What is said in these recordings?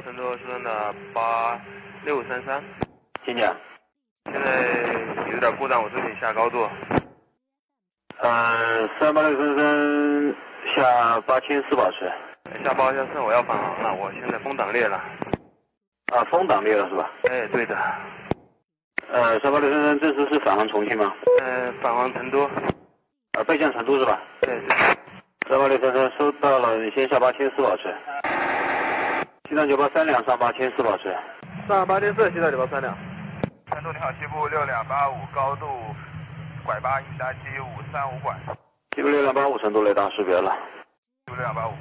成都苏州的8633。 听见。 现在有点故障，我这里下高度。 38633下8400保持。 下8400我要返航了，我现在风挡裂了。 风挡裂了是吧？ 哎，对的。 38633这次是返航重庆吗？ 返航成都。 备降成都是吧？ 对。 38633收到了，你先下8400保持。西藏983两上8400保持。 上84，西藏983两。 成都你好，西部6285，高度拐8，应答机535拐。 西部6285，成都雷达识别了。 西部6285。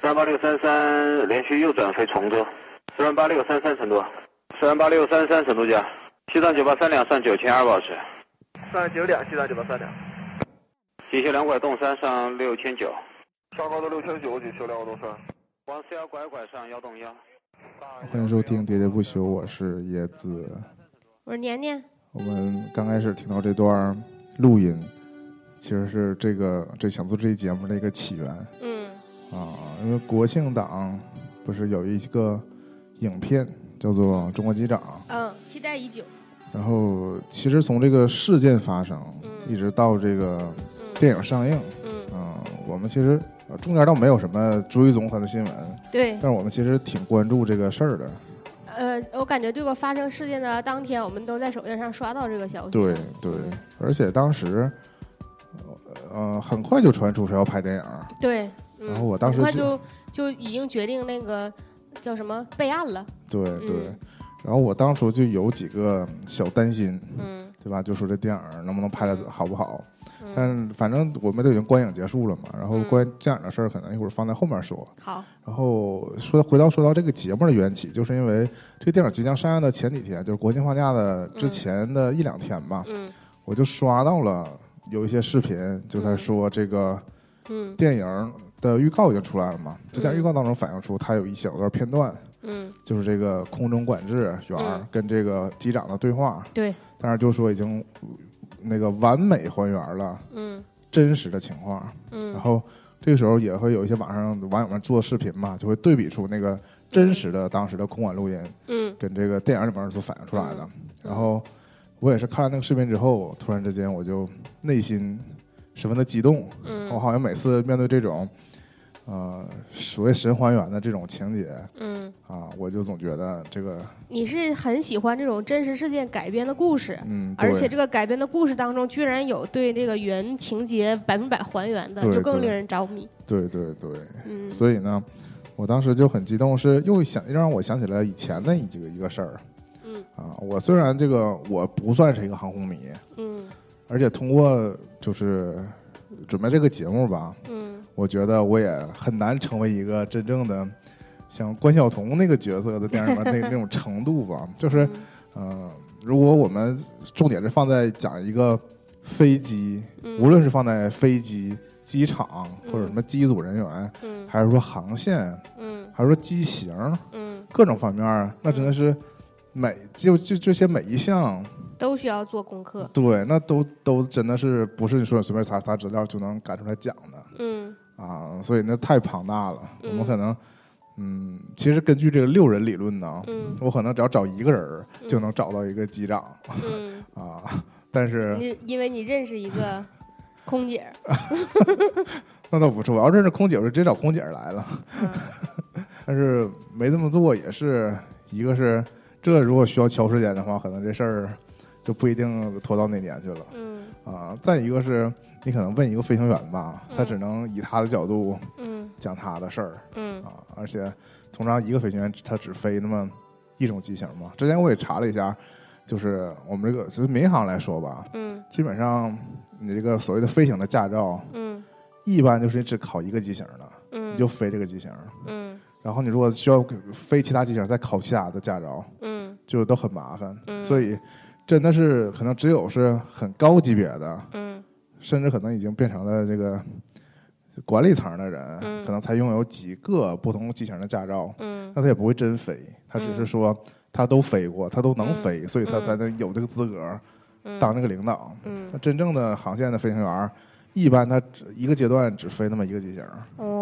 38633连续右转飞崇州。438633成都。438633成都架。西藏983两上9200保持。 上92，西藏983两。 急修2拐洞3上6900。 上高度6900，急修2拐洞3。 往4拐拐上1洞1。 欢迎收听喋喋不休，我是椰子， 我是年年。 我们刚开始听到这段录音，其实是这想做这期节目的一个起源。因为国庆档不是有一个影片叫做《中国机长》， 期待已久。 然后其实从这个事件发生，一直到这个电影上映，我们其实中间倒没有什么追踪他的新闻， 对， 但是我们其实挺关注这个事儿的。 我感觉这个发生事件的当天，我们都在手机上刷到这个消息。 对对，而且当时，很快就传出是要拍电影。 对， 然后我当时很快就已经决定那个叫什么备案了。 对对，然后我当初就有几个小担心，对吧？就说这电影能不能拍的好不好？但反正我们都已经观影结束了嘛，然后关于这样的事儿，可能一会儿放在后面说。 好。 然后说到这个节目的缘起，就是因为这个电影即将上映的前几天，就是国庆放假的之前的1-2天吧，我就刷到了有一些视频，就在说这个电影的预告已经出来了嘛，这电影预告当中反映出它有一小段片段，就是这个空中管制员跟这个机长的对话， 对， 但是就说已经那个完美还原了真实的情况，然后这个时候也会有一些网友们做视频嘛，就会对比出那个真实的当时的空管录音，跟这个电影里面所反映出来的。然后我也是看了那个视频之后，突然之间我就内心十分的激动，我好像每次面对这种所谓神还原的这种情节，我就总觉得这个你是很喜欢这种真实事件改编的故事，而且这个改编的故事当中居然有对这个原情节100%还原的，就更令人着迷。对对对， 所以呢，我当时就很激动，是又让我想起来以前的一个事儿，我虽然我不算是一个航空迷，而且通过就是准备这个节目吧，我觉得我也很难成为一个真正的像关晓彤那个角色的电影里面那种程度吧。就是如果我们重点是放在讲一个飞机，无论是放在飞机、机场或者什么机组人员，还是说航线，还是说机型，各种方面，那真的是就这些每一项都需要做功课。对， 那都真的是不是你说随便查资料就能赶出来讲的。所以那太庞大了。我们可能其实根据这个6人理论呢，我可能只要找一个人就能找到一个机长。但是因为你认识一个空姐。 那倒不是，我要认识空姐我就直接找空姐来了。但是没这么做，也是一个是这如果需要敲时间的话，可能这事儿就不一定拖到那年去了。再一个是你可能问一个飞行员吧，他只能以他的角度讲他的事儿，而且通常一个飞行员他只飞那么一种机型嘛。之前我也查了一下，就是我们这个就是民航来说吧，基本上你这个所谓的飞行的驾照，一般就是你只考一个机型的，你就飞这个机型，然后你如果需要飞其他机型再考其他的驾照，就都很麻烦，所以真的是可能只有是很高级别的，甚至可能已经变成了这个管理层的人，可能才拥有几个不同机型的驾照，那他也不会真飞，他只是说他都飞过，他都能飞，所以他才能有这个资格当这个领导。那真正的航线的飞行员，一般他一个阶段只飞那么一个机型。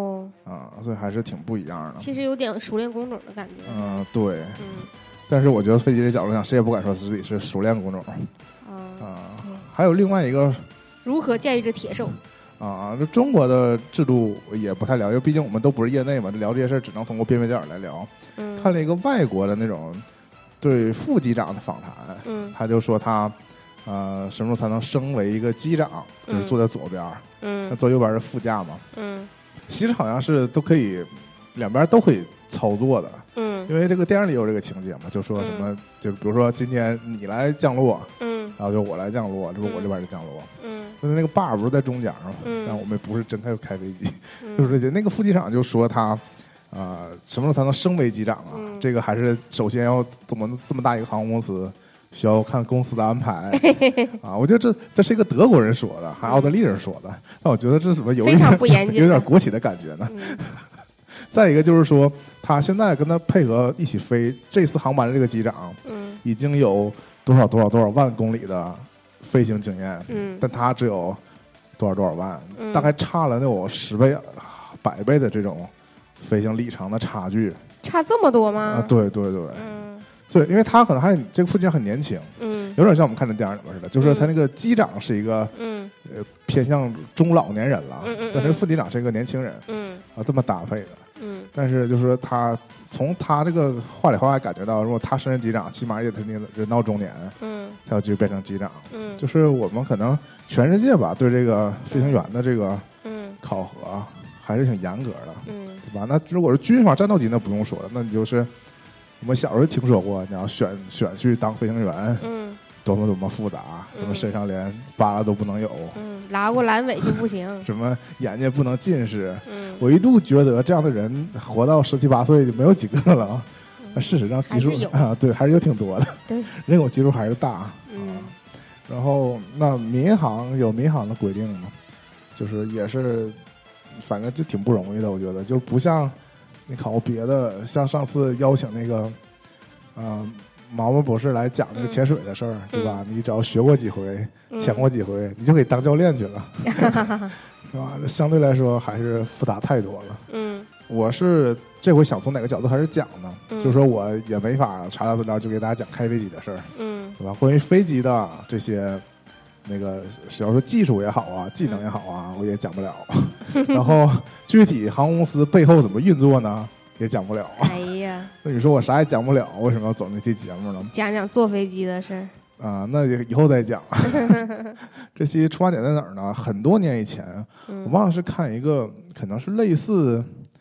啊，所以还是挺不一样的。 其实有点熟练工种的感觉。 对。但是我觉得飞机这角度上，谁也不敢说自己是熟练工种。还有另外一个， 如何驾驭这铁兽？ 这中国的制度也不太了解，毕竟我们都不是业内嘛，聊这些事儿只能通过边边角来聊。看了一个外国的那种对副机长的访谈，他就说他什么时候才能升为一个机长，就是坐在左边，那坐右边是副驾嘛，其实好像是都可以，两边都可以操作的，因为这个电影里有这个情节嘛，就说什么，就比如说今天你来降落，然后就我来降落，这不我这边就降落，那个把不是在中间嘛，但我们不是真开飞机，就是这些。那个副机长就说他什么时候才能升为机长啊？这个还是首先要这么大一个航空公司，需要看公司的安排我觉得这是一个德国人说的，还奥地利人说的，但我觉得这怎么有一点不严谨，有点国企的感觉呢。再一个就是说，他现在跟他配合一起飞这次航班的这个机长，已经有多少万公里的飞行经验，但他只有多少万，大概差了能有10倍、100倍的这种飞行里程的差距。 差这么多吗？ 对，所以因为他可能这个副机长很年轻，有点像我们看的电影里面似的，就是他那个机长是一个偏向中老年人了，但是副机长是一个年轻人，这么搭配的。但是就是说他从他这个话里话外感觉到，如果他升任机长，起码也得人到中年，才有机会变成机长。就是我们可能全世界吧，对这个飞行员的这个考核还是挺严格的，对吧？那如果是军方战斗机，那不用说了，那你就是我们小时候听说过，你要选去当飞行员，多么复杂，什么身上连疤了都不能有， 拉过阑尾就不行， 什么眼睛不能近视，我一度觉得这样的人活到17、18岁就没有几个了，事实上基数对，还是有挺多的， 对， 人口基数还是大，然后那民航有民航的规定嘛，就是也是，反正就挺不容易的，我觉得就是不像你考别的，像上次邀请那个，毛毛博士来讲那个潜水的事儿，对吧？你只要学过几回，潜过几回，你就可以当教练去了，是吧？这相对来说还是复杂太多了。我是这回想从哪个角度开始讲呢？就是说我也没法查到资料就给大家讲开飞机的事儿，对吧？关于飞机的这些那个，只要说技术也好啊，技能也好啊，我也讲不了。然后具体航空公司背后怎么运作呢？也讲不了。 哎呀， 那你说我啥也讲不了，为什么要走这期节目呢？ 讲讲坐飞机的事儿那以后再讲。这期出发点在哪儿呢？很多年以前，我忘了是看一个可能是类似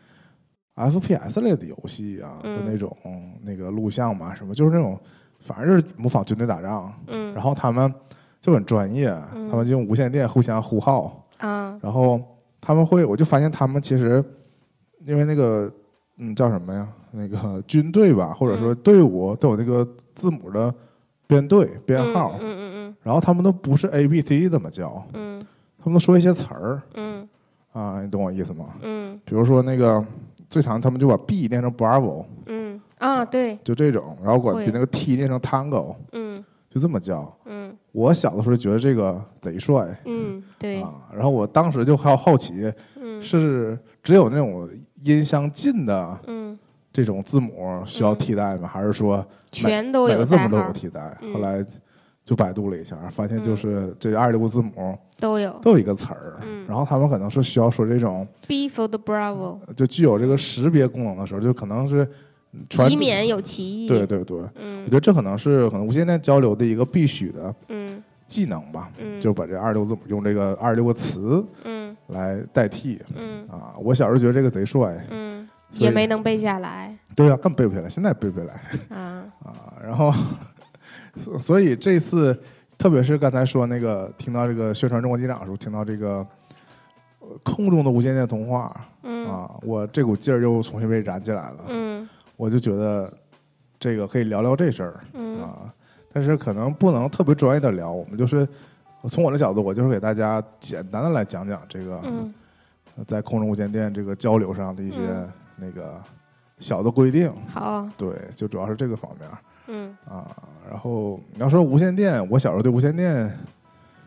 FPS 类的游戏的那种那个录像嘛，什么就是那种，反正就是模仿军队打仗。然后他们就很专业，他们就用无线电互相呼号然后他们我就发现他们其实因为那个叫什么呀？那个军队吧，或者说队伍都有那个字母的编队编号，然后他们都不是 ABC 怎么叫，他们都说一些词儿，你懂我意思吗？比如说那个最常他们就把 B 念成 Bravo， 对， 就这种，然后比那个 T 念成 Tango，就这么叫，我小的时候觉得这个贼帅， 对然后我当时就好奇，是只有那种音相近的这种字母需要替代吗？还是说全都有每个字母都有替代？后来就百度了一下，发现就是这26个字母都有一个词儿，然后他们可能是需要说这种 B for the Bravo， 就具有这个识别功能的时候，就可能是以免有歧义。 对，我觉得这可能无线电交流的一个必须的技能吧，就把这26字母用这个26个词来代替。我小时候觉得这个贼帅， 也没能背下来。 对啊，根本背不下来，现在背不下来。然后所以这次，特别是刚才说那个听到这个宣传中国机长的时候，听到这个空中的无线电通话，我这股劲儿又重新被燃起来了。我就觉得这个可以聊聊这事儿但是可能不能特别专业的聊，我们就是从我的角度，我就是给大家简单的来讲讲这个在空中无线电这个交流上的一些那个小的规定。 好， 对，就主要是这个方面。然后你要说无线电，我小时候对无线电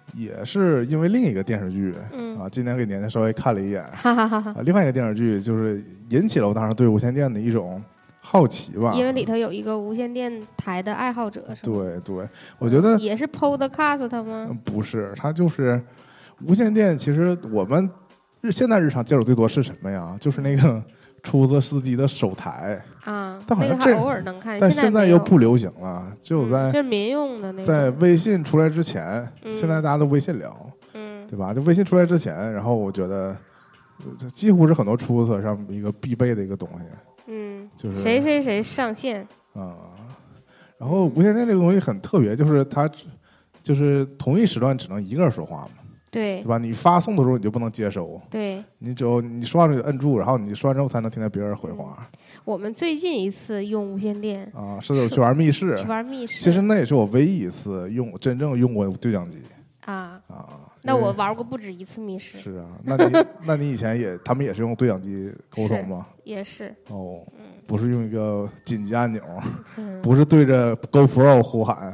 也是因为另一个电视剧，今年给年年稍微看了一眼，另外一个电视剧就是引起了我当时对无线电的一种好奇吧， 因为里头有一个无线电台的爱好者，是吗？ 对，我觉得也是 Podcast 吗？ 不是，他就是无线电。其实我们现在日常接触最多是什么呀？就是那个出租车司机的手台啊， 但好像那个还偶尔能看， 但现在又不流行了，只有在就是民用的那种， 在微信出来之前，现在大家都微信聊，对吧？就微信出来之前，然后我觉得几乎是很多出租车上一个必备的一个东西，就是谁上线啊。然后无线电这个东西很特别，就是它就是同一时段只能一个人说话嘛。 对吧？你发送的时候你就不能接收， 对， 你只有你说话就摁住，然后你说完之后才能听见别人回话。 我们最近一次用无线电啊，是去玩密室，其实那也是我唯一一次真正用过对讲机啊。那我玩过不止一次密室。 是啊，那你以前他们也是用对讲机沟通吗？ 也是。 哦，不是用一个紧急按钮，不是对着 GoPro 呼喊。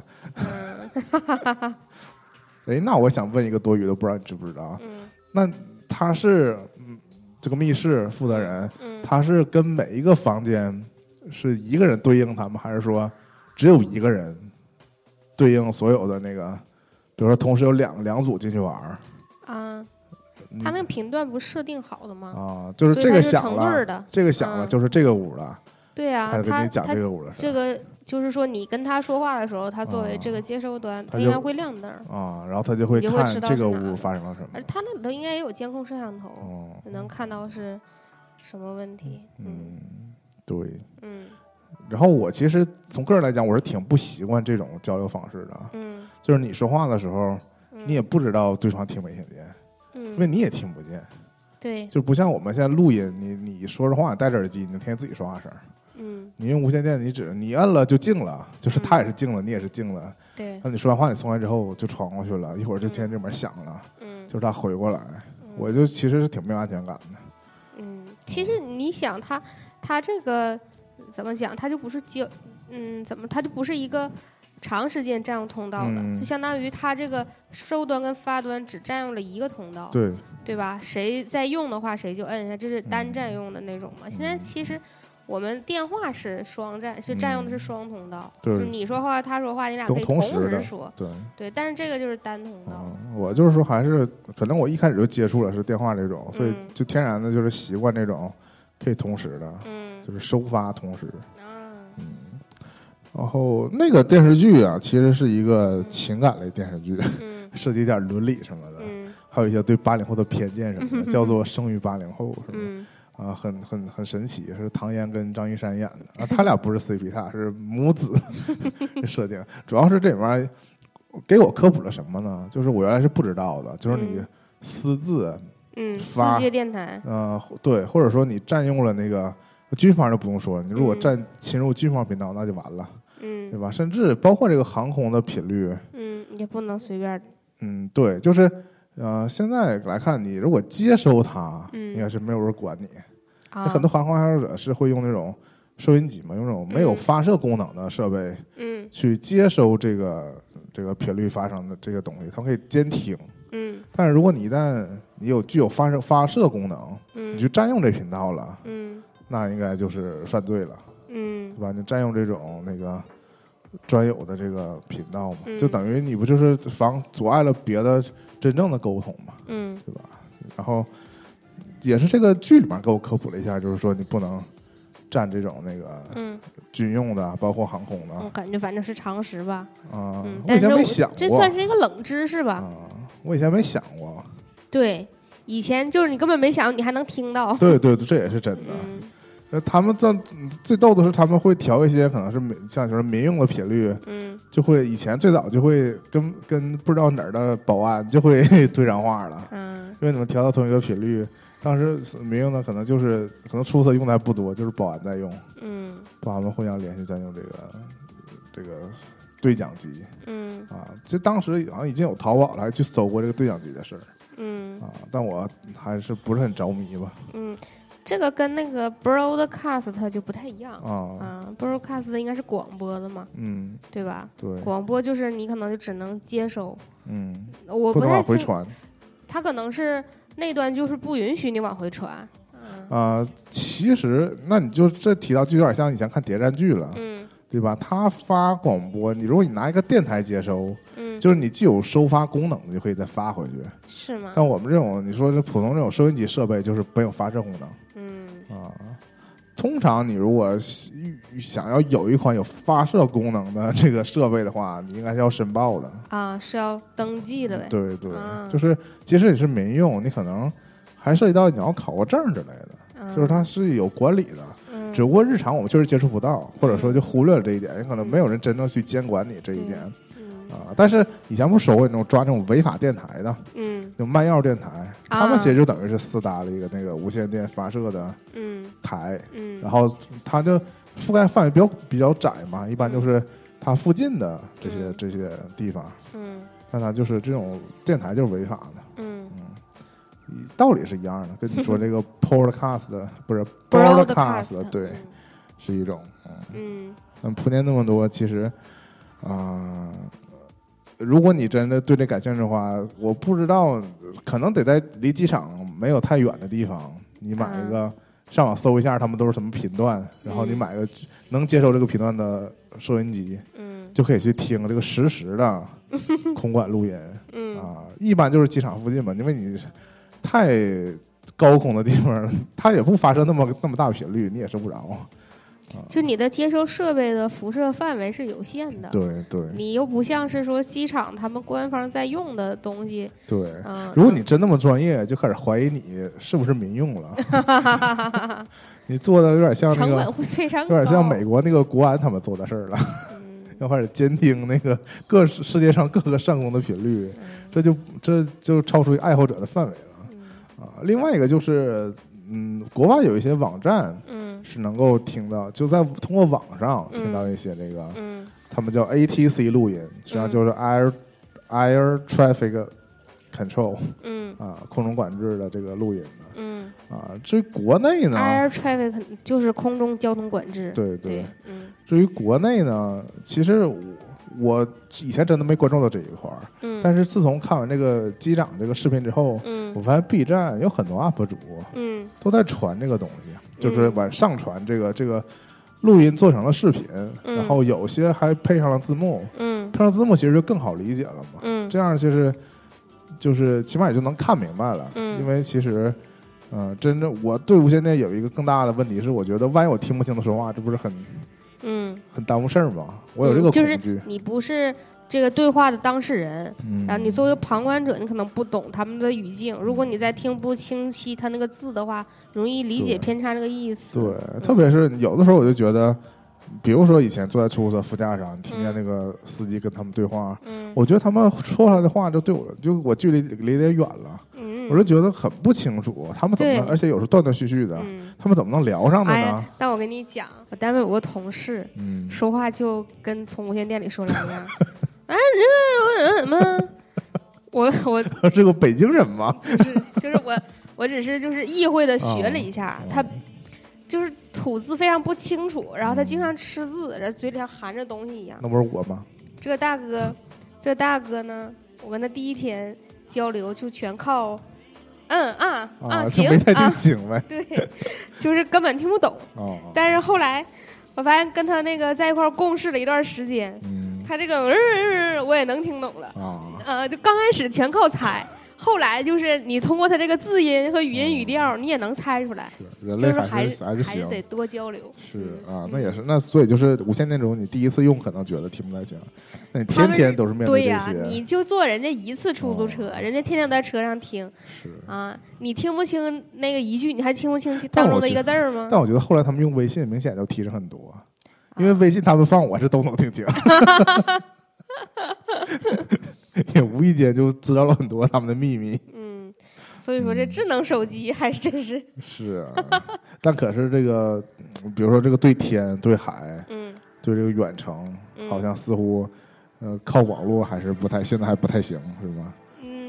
哎，那我想问一个多余的，不知道你知不知道？那他是这个密室负责人，他是跟每一个房间是一个人对应他们，还是说只有一个人对应所有的那个？比如说同时有两组进去玩啊？他那个频段不是设定好的吗？ 啊，就是这个响了，这个响了就是这个屋了。 对啊， 他跟你讲这个屋的事。 这个就是说，你跟他说话的时候，他作为这个接收端，他应该会亮灯啊，然后他就会看这个屋发生了什么。 而他那里头应该也有监控摄像头，能看到是什么问题。 对，然后我其实从个人来讲，我是挺不习惯这种交流方式的。就是你说话的时候，你也不知道对方听没听见，因为你也听不见。 对， 就不像我们现在录音，你说着话戴着耳机，你能听见自己说话声。你用无线电，你摁了就静了，就是它也是静了，你也是静了。 对， 那你说完话，你送完之后就闯过去了，一会儿就听见这门响了，就是他回过来，我就其实是挺没有安全感的。 其实你想他这个怎么讲，他就不是他就不是一个长时间占用通道的，就相当于他这个收端跟发端只占用了一个通道，对吧？谁在用的话，谁就摁一下，这是单占用的那种嘛。现在其实我们电话是双占，是占用的是双通道，就是你说话他说话，你俩可以同时说，对。但是这个就是单通道。 我就是说，还是可能我一开始就接触了是电话这种，所以就天然的就是习惯这种可以同时的，就是收发同时。然后那个电视剧啊，其实是一个情感类电视剧，涉及一点伦理什么的，还有一些对80后的偏见什么的，叫做生于80后，是吧？很神奇，是唐嫣跟张一山演的啊，他俩不是 CP， 他俩是母子设定。主要是这里面给我科普了什么呢？就是我原来是不知道的，就是你私自私接电台， 对，或者说你占用了那个军方就不用说了，你如果侵入军方频道，那就完了，对吧？甚至包括这个航空的频率， 也不能随便。 对，就是。现在来看，你如果接收它，应该是没有人管你。很多航空爱好者是会用那种收音机嘛，用那种没有发射功能的设备，去接收这个频率发生的这个东西，它可以监听。但是如果你一旦具有发射功能，你去占用这频道了，那应该就是犯罪了，对吧？你占用这种那个专有的这个频道嘛，就等于你不就是阻碍了别的真正的沟通嘛，对吧？然后也是这个剧里面给我科普了一下，就是说你不能占这种那个军用的，包括航空的。 我感觉反正是常识吧。 我以前没想过， 这算是一个冷知识吧？ 我以前没想过。 对，以前就是你根本没想，你还能听到。 对，这也是真的。他们最逗的是，他们会调一些可能是像就是民用的频率，就会以前最早就会跟不知道哪儿的保安就会对上话了，因为你们调到同一个频率，当时民用的可能出租车用的还不多，就是保安在用，保安们互相联系在用这个对讲机，就当时好像已经有淘宝了，还去搜过这个对讲机的事儿，但我还是不是很着迷吧。 这个跟那个 broadcast 就不太一样broadcast 应该是广播的嘛，对吧？ 对， 广播就是你可能就只能接收，我不能太往回传， 它可能是那段就是不允许你往回传。 其实那你就这提到就有点像以前看谍战剧了，对吧？他发广播，如果你拿一个电台接收，就是你既有收发功能，你就可以再发回去， 是吗？ 但我们这种你说这普通这种收音机设备，就是没有发射功能，通常你如果想要有一款有发射功能的这个设备的话，你应该是要申报的是要登记的呗。 对对，就是即使你是民用，你可能还涉及到你要考个证之类的，就是它是有管理的，只不过日常我们确实接触不到，或者说就忽略了这一点，也可能没有人真正去监管你这一点。但是以前不是说过那种抓那种违法电台的，那种卖药电台，他们其实就等于是私搭了一个那个无线电发射的台，然后它就覆盖范围比较窄嘛，一般就是它附近的这些地方，但它就是这种电台就是违法的，道理是一样的，跟你说这个 podcast 不是 broadcast 对，是一种，铺垫那么多，其实如果你真的对这感兴趣的话，我不知道，可能得在离机场没有太远的地方，你买一个上网搜一下他们都是什么频段，然后你买个能接收这个频段的收音机，就可以去听这个实时的空管录音，一般就是机场附近嘛，因为你太高空的地方，它也不发射那么大频率，你也收不着。 就你的接收设备的辐射范围是有限的， 对对， 你又不像是说机场他们官方在用的东西， 对，如果你真那么专业，就开始怀疑你是不是民用了，你做的有点像那个， 成本会非常高， 有点像美国那个国安他们做的事儿了，要开始监听那个世界上各个上空的频率，这就超出爱好者的范围了，另外一个就是。国外有一些網站，是能夠聽到，就在通過網上聽到一些這個，他們叫 ATC 錄音，實際上就是 Air Traffic Control，空中管制的這個錄音的，至於國內呢 ，Air Traffic 就是空中交通管制， 對對，至於國內呢，其實我以前真的没关注到这一块但是自从看完这个机长这个视频之后，我发现 B 站有很多 UP 主，都在传这个东西，就是上传这个录音做成了视频，然后有些还配上了字幕，配上字幕其实就更好理解了嘛，这样就是起码也就能看明白了，因为其实。真正我对无线电有一个更大的问题是，我觉得万一我听不清他说话，这不是很耽误事儿吗？我有这个恐惧。 就是你不是这个对话的当事人，然后你作为旁观者，你可能不懂他们的语境。如果你再听不清晰他那个字的话，容易理解偏差这个意思。 对，特别是有的时候我就觉得，比如说以前坐在出租车副驾上，听见那个司机跟他们对话，我觉得他们说出来的话就对我距离离得远了。我就觉得很不清楚，他们怎么能，而且有时候断断续续的，他们怎么能聊上的呢？ 但我跟你讲，我单位有个同事，说话就跟从无线电里说来一样。这个什么？我是个北京人吗？ 就是我只是就是意会的学了一下，他就是吐字非常不清楚，然后他经常吃字，然后嘴里像含着东西一样。 那不是我吗？ 这个大哥呢，我跟他第一天交流就全靠。行没太听清呗， 对，就是根本听不懂。但是后来我发现跟他那个在一块共事了一段时间，他这个我也能听懂了。就刚开始全靠猜，后来就是你通过他这个字音和语音语调，你也能猜出来。 人类还是得多交流。 是那也是那所以就是无线电中，你第一次用可能觉得听不太清，那你天天都是面对这些。 对呀，你就坐人家一次出租车，人家天天都在车上听。 是你听不清那个一句，你还听不清当中的一个字儿吗？ 但我觉得后来他们用微信明显就提升很多，因为微信他们放我是都能听清。也无意间就知道了很多他们的秘密。 所以说这智能手机还真是但可是这个，比如说这个对天、对海，对这个远程，好像似乎，靠网络还是现在还不太行，是吧？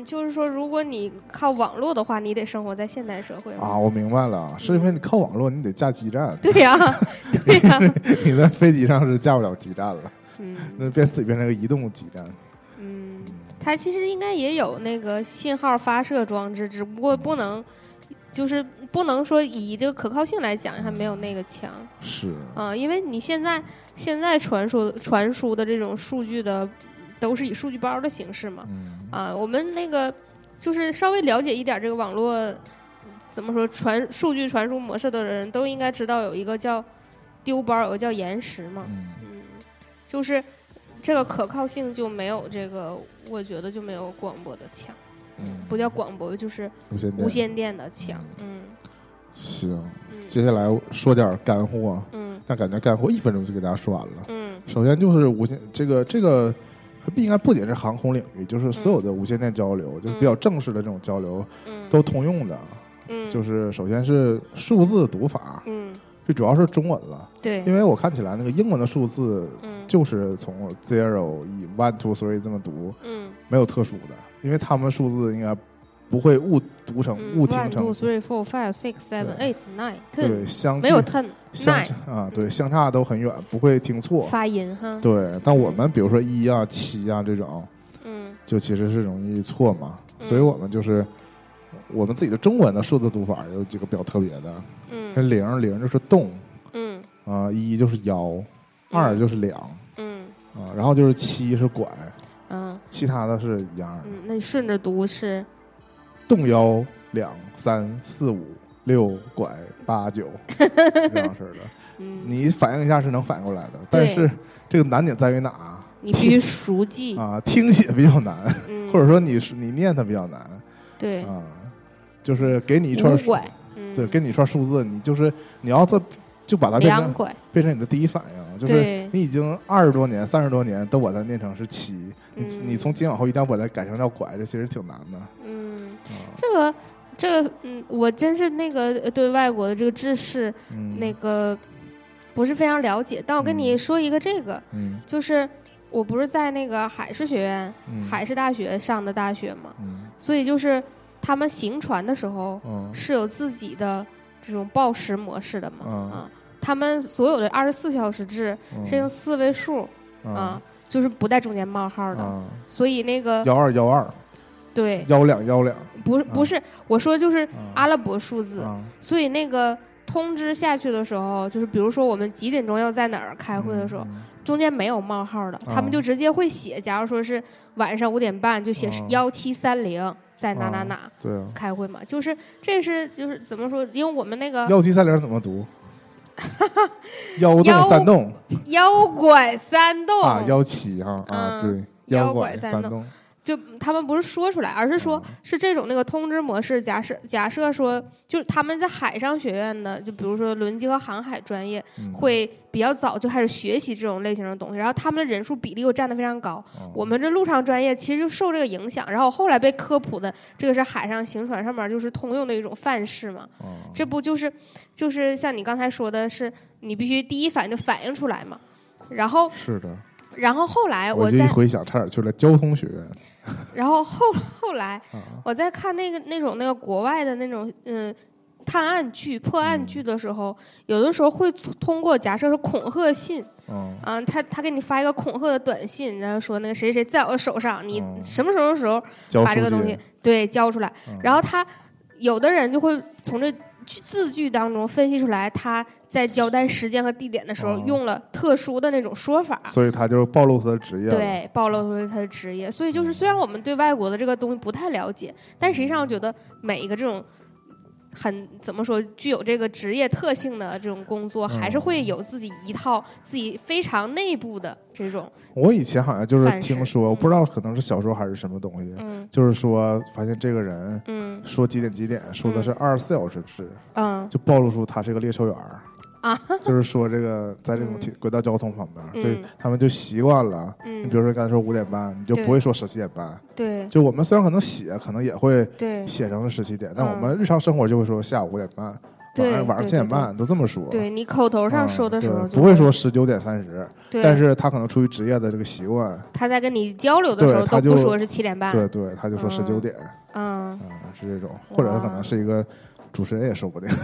就是说，如果你靠网络的话，你得生活在现代社会啊。我明白了，是因为你靠网络，你得架基站。 对呀，对呀， 你在飞机上是架不了基站了。那变成个移动基站。 它其实应该也有那个信号发射装置，只不过不能说以这个可靠性来讲，还没有那个强。 是因为你现在传输的这种数据的都是以数据包的形式嘛。我们那个就是稍微了解一点这个网络怎么说数据传输模式的人都应该知道，有一个叫丢包，有个叫延时嘛。就是这个可靠性就没有这个，我觉得就没有广播的强。不叫广播，就是无线电的强。 行，接下来说点干货。但感觉干货1分钟就给大家说完了。首先就是无线这个应该不仅是航空领域，就是所有的无线电交流，就是比较正式的这种交流，都通用的。就是首先是数字读法。最主要是中文了。 对， 因为我看起来那个英文的数字就是从 0 1 1 2 3这么读。没有特殊的，因为他们数字应该不会误读成误听成 1 2 3 4 5 6 7 8 9 10。对， 没有 10 对，相差都很远，不会听错发音哈。 对，但我们比如说1啊、7啊这种，就其实是容易错嘛。所以我们就是我们自己的中文的数字读法有几个比较特别的。0就是动。1就是摇，2就是两。然后就是7是拐。其他的是一样的。 那你顺着读是动摇2 3 4 5 6拐8 9这样式的。你反应一下是能反应过来的，但是这个难点在于哪？ 你必须熟记听写比较难，或者说你念它比较难。 对就是给你一串对，给你一串数字，你要就把它变成你的第一反应，就是你已经20多年、30多年都把它念成是7，你从今往后一定要把它改成叫拐，这其实挺难的。 这个我真是那个对外国的这个知识那个不是非常了解，但我跟你说一个这个，就是我不是在那个海事学院、海事大学上的大学嘛，所以就是他们行船的时候是有自己的这种报时模式的嘛。他们所有的24小时制是用4位数就是不带中间冒号的。所以那个 1212 对 1212 不是我说就是阿拉伯数字。所以那个通知下去的时候，就是比如说我们几点钟要在哪儿开会的时候，中间没有冒号的，他们就直接会写，假如说是晚上5点半就写1730在哪开会嘛。就是这是就是怎么说，因为我们那个 1730怎么读？腰动3动， 腰拐3动 17对， 腰拐3动。就他们不是说出来，而是说是这种那个通知模式。假设说，就是他们在海上学院的，就比如说轮机和航海专业，会比较早就开始学习这种类型的东西，然后他们的人数比例又占得非常高。我们这陆上专业其实就受这个影响，然后后来被科普的这个是海上行船上面就是通用的一种范式嘛。这不就是像你刚才说的是，你必须第一反应就反应出来嘛。然后是的。 然后后来我就一回想，差点去了交通学院。 然后后来我在看那种国外的那种探案剧、破案剧的时候，有的时候会通过假设是恐吓信，他给你发一个恐吓的短信，然后说那个谁谁在我手上，你什么时候把这个东西交出来，然后他有的人就会从这字句当中分析出来他在交代时间和地点的时候用了特殊的那种说法， 所以他就暴露他的职业了。 对，暴露出他的职业。所以就是虽然我们对外国的这个东西不太了解，但实际上我觉得每一个这种怎么说具有这个职业特性的这种工作，还是会有自己一套自己非常内部的这种。 我以前好像就是听说，我不知道可能是小说还是什么东西，就是说发现这个人，说几点几点，说的是24小时制，就暴露出他是个列车员就是说这个在这种轨道交通旁边，所以他们就习惯了。你比如说刚才说5点半，你就不会说17点半。 对， 就我们虽然可能也会写成是17点，但我们日常生活就会说下午5点半， 晚上7点半都这么说。 对你口头上说的时候不会说19:30， 对， 但是他可能出于职业的这个习惯， 他在跟你交流的时候都不说是7点半， 对对，他就说19点，是这种，或者他可能是一个主持人也说不定。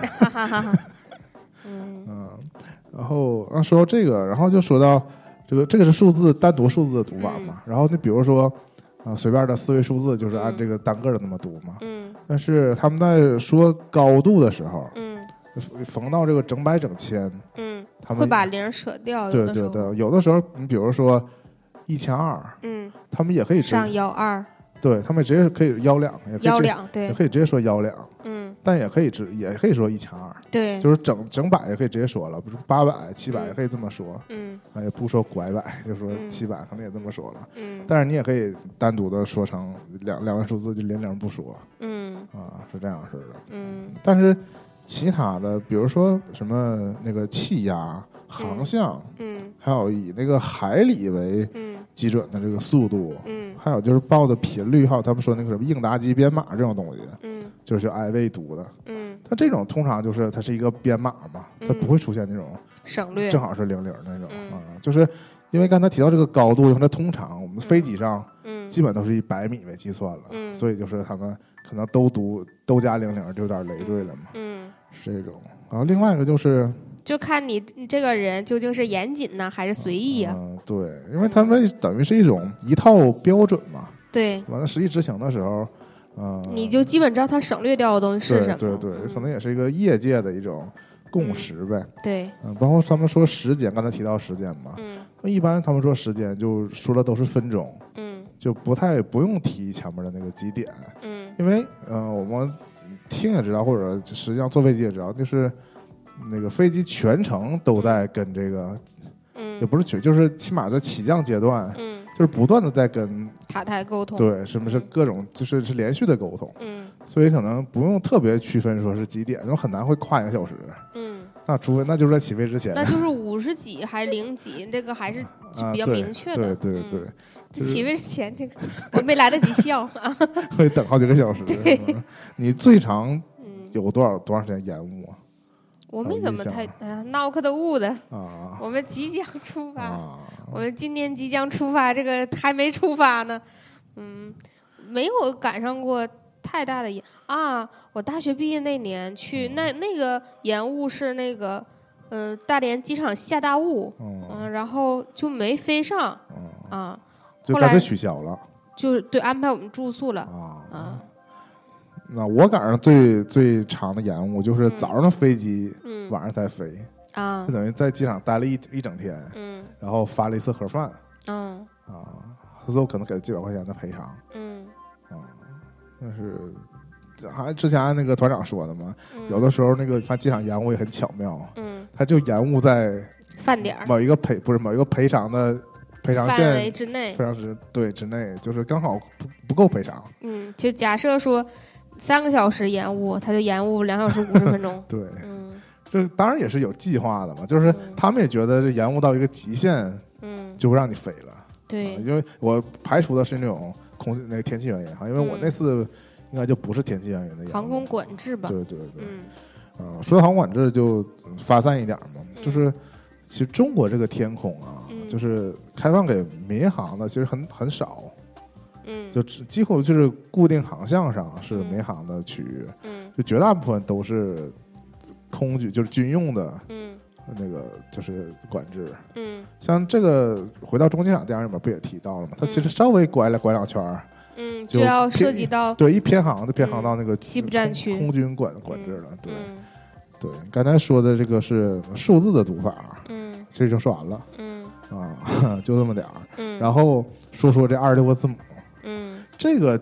然后说到这个，然后就说到这个是数字单独数字的读法嘛，然后你比如说随便的4位数字就是按这个单个的那么读嘛，但是他们在说高度的时候，逢到这个整百整千，他们会把零舍掉， 对对对，有的时候你比如说1200，他们也可以上12， 对他们直接可以12， 对， 也可以直接说12，但也可以说1200， 对， 就是整百也可以直接说了，比如800、700也可以这么说，也不说拐百，就说700可能也这么说了，但是你也可以单独的说成两位数字就连零不说，是这样式的，但是其他的比如说什么那个气压、航向，还有以那个海里为基准的这个速度，还有就是报的频率，还有他们说那个什么应答及编码这种东西，就是就挨位读的，它这种通常就是它是一个编码嘛，它不会出现那种省略， 正好是00那种，就是因为刚才提到这个高度，因为它通常我们飞机上，基本都是以100米为计算了，所以就是他们可能都加00，就有点累赘了嘛，是这种。然后另外一个就看你这个人究竟是严谨呢还是随意啊？ 对，因为他们等于是一套标准嘛。 对。 完了，实际执行的时候， 你就基本知道他省略掉的东西是什么。 对对对，可能也是一个业界的一种共识呗。 对。 包括他们说时间，刚才提到时间嘛。一般他们说时间就说的都是分钟。就不用提前面的那个几点。因为我们听也知道，或者实际上坐飞机也知道，就是那个飞机全程都在跟这个，也不是就是起码在起降阶段，就是不断的在跟塔台沟通， 对，什么是各种是连续的沟通，所以可能不用特别区分说是几点，然后很难会跨1个小时，那除非那就是在起飞之前， 那就是50几还是0几，这个还是比较明确的， 对。 起飞之前这个我没来得及笑啊， 会等好几个小时。你最长有多长时间延误啊？ 我没怎么太闹可的误的啊！我们即将出发，我们今年即将出发，这个还没出发呢，没有赶上过太大的我大学毕业那年去，那个延误是那个大连机场下大雾，然后就没飞上就干脆取消了， 就是对安排我们住宿了那我赶上最长的延误就是早上的飞机，晚上才飞就等于在机场待了一整天，然后发了一次盒饭，最后可能给了几百块钱的赔偿，但是之前那个团长说的嘛，有的时候那个机场延误也很巧妙，他就延误在饭点某一个赔偿的赔偿线范围之内， 之内，就是刚好不够赔偿。 就假设说3个小时延误，他就延误2小时50分钟。 对，这当然也是有计划的嘛，就是他们也觉得这延误到一个极限，就会让你飞了。 对， 因为我排除的是那种那个天气原因因为我那次应该就不是天气原因的延误， 航空管制吧。 对。说到航空管制就发散一点嘛，就是其实中国这个天空就是开放给民航的，其实很少，就几乎就是固定航向上是民航的区域，就绝大部分都是空军，就是军用的，那个就是管制，像这个回到中机场电影里面不也提到了吗？它其实稍微拐2圈， 就要涉及到对一偏航到那个西部战区空军管制了，对，刚才说的这个是数字的读法，其实就说完了。就这么点儿，然后说这26个字母，这个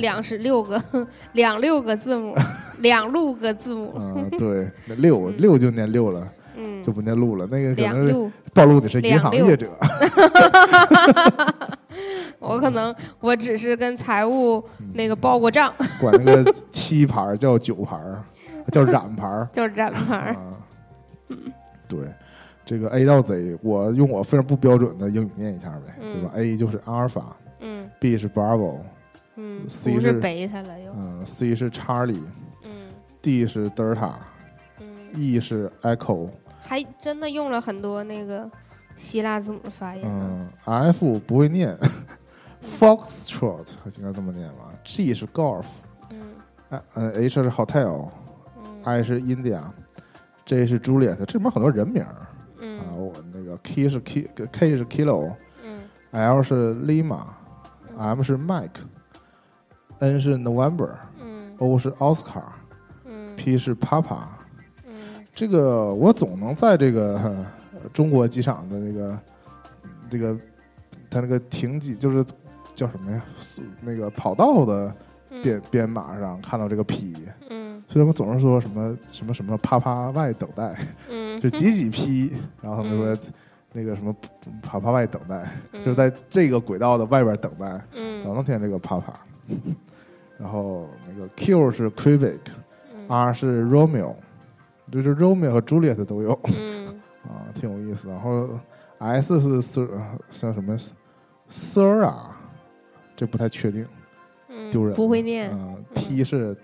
26个26个字母，26个字母， 对，六就念6了，就不念路了，那个可能是暴露的是银行业者。 我只是跟财务那个报过账， 管那个7牌叫9牌，叫染牌， 叫染牌， 对。这个 A 到 Z， 我用我非常不标准的英语念一下呗，对吧 ？A 就是阿尔法，B 是 Bravo，C 是贝塔了又， C 是 Charlie，D 是德尔塔 ，E 是 Echo， 还真的用了很多那个希腊字母的发音呢。 F 不会念，Foxtrot 应该这么念吧。G 是 Golf，H 是 Hotel，I 是 India，J 是 Juliet，这里面很多人名。我那个 K 是 K 是 Kilo，L 是 Lima，M 是 Mike，N 是 November，O 是 Oscar，P 是 Papa。这个我总能在这个中国机场的这个他那个停机就是叫什么呀？那个跑道的编码上看到这个 P，所以他们总是说什么啪啪外等待，就几 P， 然后他们说那个什么啪啪外等待，就是在这个轨道的外边等待，老能听这个啪啪。然后那个 Q 是 Quebec，R 是 Romeo， 就是 Romeo 和 Juliet 都有，挺有意思。然后 S 是像什么 Sir， 这不太确定，丢人， 不会念。 T 是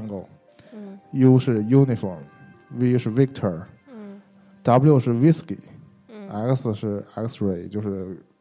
Tango，U 是 Uniform，V 是 Victor，W 是 Whiskey，X 是 X-ray， 就是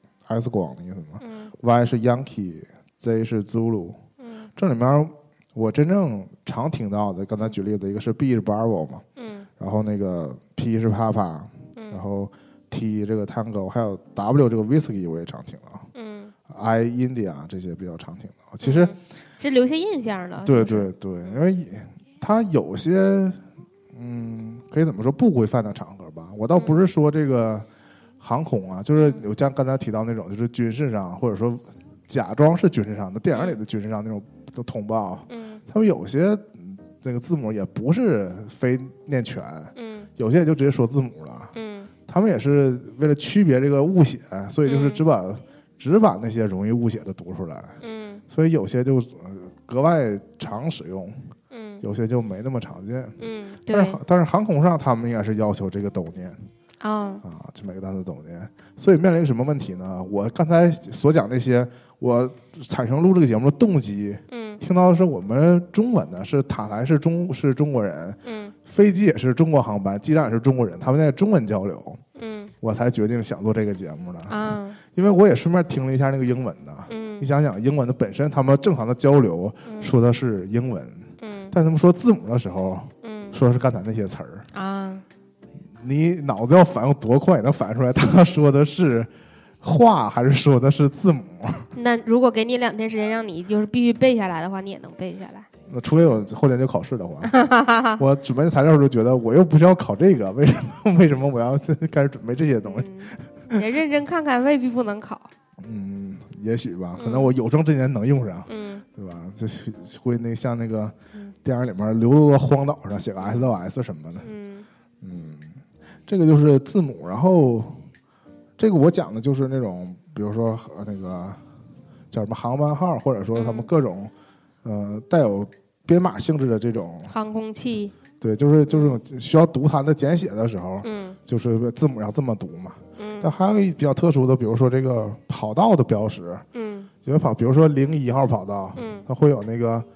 X 光的意思嘛，Y 是 Yankee，Z 是 Zulu。这里面我真正常听到的，刚才举例子，一个是 B 是 Bravo 嘛，然后那个 P 是 Papa，然后 T 这个 Tango， 还有 W 这个 Whiskey 我也常听到，I India 这些比较常听到。其实这留下印象了。 对对对，因为它有些可以怎么说不规范的场合吧。我倒不是说这个航空啊，就是有像刚才提到那种，就是军事上或者说假装是军事上的电影里的军事上那种的通报，他们有些那个字母也不是非念全，有些也就直接说字母了，他们也是为了区别这个误写，所以就是只把那些容易误写的读出来，所以有些就格外常使用，有些就没那么常见，但是航空上他们应该是要求这个都念。这每个单词都念，所以面临什么问题呢？我刚才所讲这些，我产生录这个节目的动机，听到的是我们中文的，是塔台是中国人，飞机也是中国航班，机长也是中国人，他们在中文交流，我才决定想做这个节目的，因为我也顺便听了一下那个英文的，你想想英文的本身，他们正常的交流说的是英文，但他们说字母的时候，说的是刚才那些词儿你脑子要反应多快，能反应出来他说的是话还是说的是字母？ 那如果给你2天时间，让你就是必须背下来的话，你也能背下来。 那除非我后天就考试的话，我准备材料的时候觉得我又不是要考这个，为什么我要开始准备这些东西？ 也认真看看，未必不能考。 也许吧，可能我有生之年能用上，对吧？就是会像那个电影里面流落到荒岛上写个 SOS 什么的，这个就是字母。然后这个我讲的就是那种，比如说那个叫什么航班号，或者说他们各种带有编码性质的这种航空器。 对，就是需要读它的简写的时候，就是字母要这么读嘛。但还有一比较特殊的，比如说这个跑道的标识，比如说01号跑道，它会有那个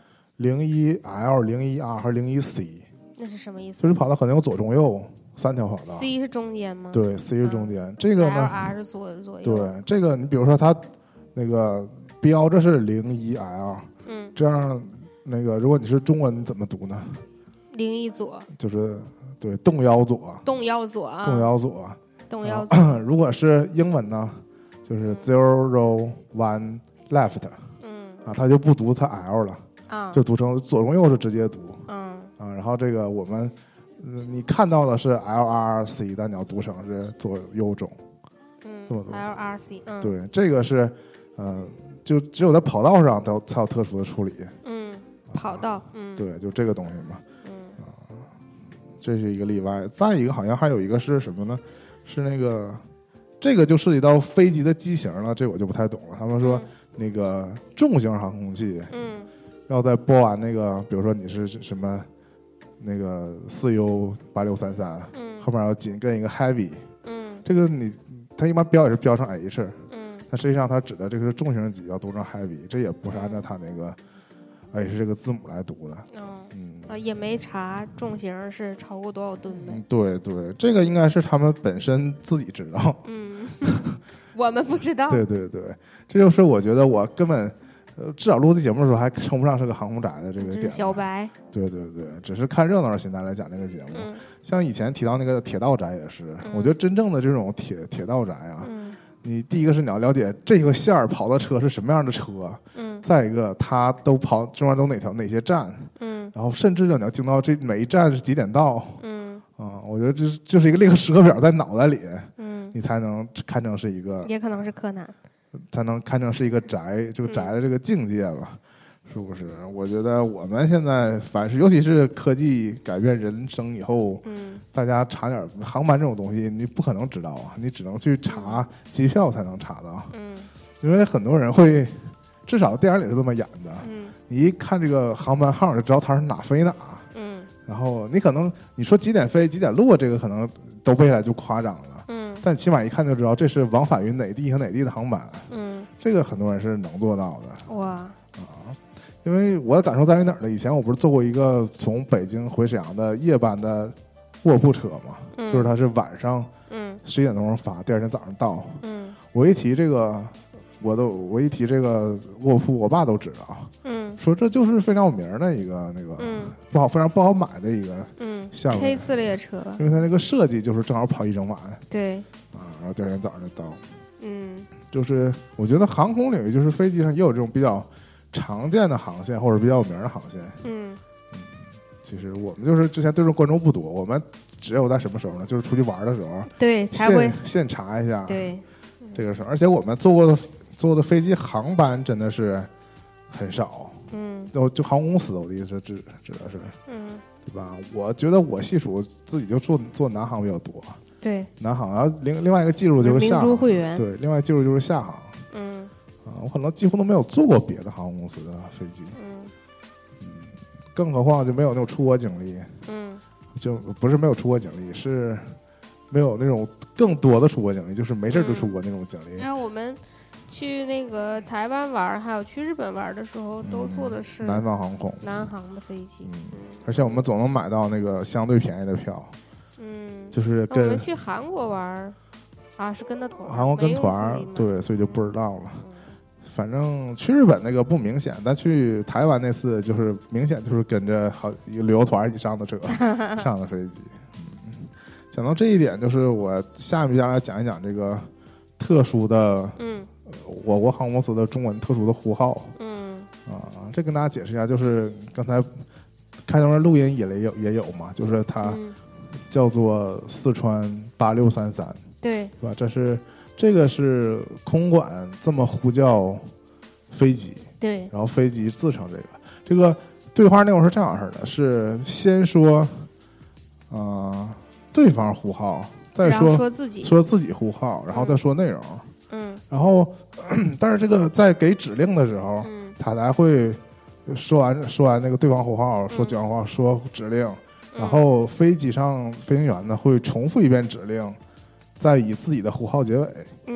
01L、01R 和01C。 那是什么意思？ 就是跑道可能有左中右3条跑道。 C 是中间吗？ 对 ，C 是中间。这个呢 ，R 是左右。 对，这个你比如说它那个标着是01L，这样那个如果你是中文，你怎么读呢？01 左， 就是对，动摇左。 动摇左啊。 动摇左。如果是英文呢，就是 0 1 left，它就不读它 L 了，就读成左中右是直接读，然后这个我们你看到的是 LRC， 但你要读成是左右中，这么读 LRC， 对，这个是就只有在跑道上才有特殊的处理， 跑道， 对，就这个东西嘛，这是一个例外。再一个好像还有一个是什么呢？是那个，这个就涉及到飞机的机型了，这我就不太懂了。他们说那个重型航空器，要在播完那个，比如说你是什么那个4U8633，后面要紧跟一个 heavy，这个它一般标也是标成 H，但实际上它指的这个是重型机要读成 heavy，这也不是按照它那个也是这个字母来读的。 也没查重型是超过多少吨呗。 对对，这个应该是他们本身自己知道。 我们不知道。 对对对，这就是我觉得我根本至少录这节目的时候还称不上是个航空宅的这个点。 小白。对对对，只是看热闹的心态来讲这个节目。像以前提到那个铁道宅也是，我觉得真正的这种铁道宅啊。你第一个是你要了解这个线儿跑的车是什么样的车，再一个它都跑中间都哪些站，然后甚至你要经到这每一站是几点到，我觉得这就是一个列个时刻表在脑袋里，你才能看成是一个， 也可能是柯南， 才能看成是一个宅，这个宅的这个境界吧。是不是？我觉得我们现在凡是，尤其是科技改变人生以后，大家查点航班这种东西，你不可能知道啊，你只能去查机票才能查到。因为很多人会，至少电影里是这么演的。你一看这个航班号就知道它是哪飞哪。然后你可能你说几点飞几点落，这个可能都背下来就夸张了。但起码一看就知道这是往返于哪地和哪地的航班。这个很多人是能做到的。 哇。 因为我的感受在于哪儿呢？以前我不是坐过一个从北京回沈阳的夜班的卧铺车嘛，就是它是晚上11点钟发，第二天早上到。我一提这个，我一提这个卧铺，我爸都知道。说这就是非常有名的一个那个非常不好买的一个项目。 K 次列车， 因为它那个设计就是正好跑一整晚。 对。 然后第二天早上就到。就是我觉得航空领域，就是飞机上也有这种比较常见的航线或者比较有名的航线。其实我们就是之前对这观众不多，我们只有在什么时候呢？就是出去玩的时候， 对，才会现查一下。 对， 这个时候，而且我们坐的飞机航班真的是很少。就航空公司，我的意思指的是，对吧？我觉得我细数自己就坐南航比较多。 对， 南航，然后另外一个技术就是下航， 明珠会员。 对，另外技术就是下航。我可能几乎都没有坐过别的航空公司的飞机。更何况就没有那种出国经历。就不是没有出国经历，是没有那种更多的出国经历，就是没事就出国那种经历。 然后我们去那个台湾玩，还有去日本玩的时候，都坐的是南方航空、 南航的飞机。 而且我们总能买到那个相对便宜的票。就是跟我们去韩国玩是跟的团， 韩国跟团，对，所以就不知道了。反正去日本那个不明显，但去台湾那次就是明显就是跟着一个旅游团以上的车上的飞机。讲到这一点，就是我下面来讲一讲这个特殊的，我国航空公司的中文特殊的呼号。这跟大家解释一下，就是刚才开头的录音也有嘛，就是它叫做四川8633，对，是吧？这个是空管这么呼叫飞机，对，然后飞机自称这个对话内容是这样式的，是先说对方呼号，再说自己呼号，然后再说内容。然后但是这个在给指令的时候，他才会说完那个对方呼号，说对方呼号，说指令，然后飞机上飞行员呢会重复一遍指令，再以自己的呼号结尾。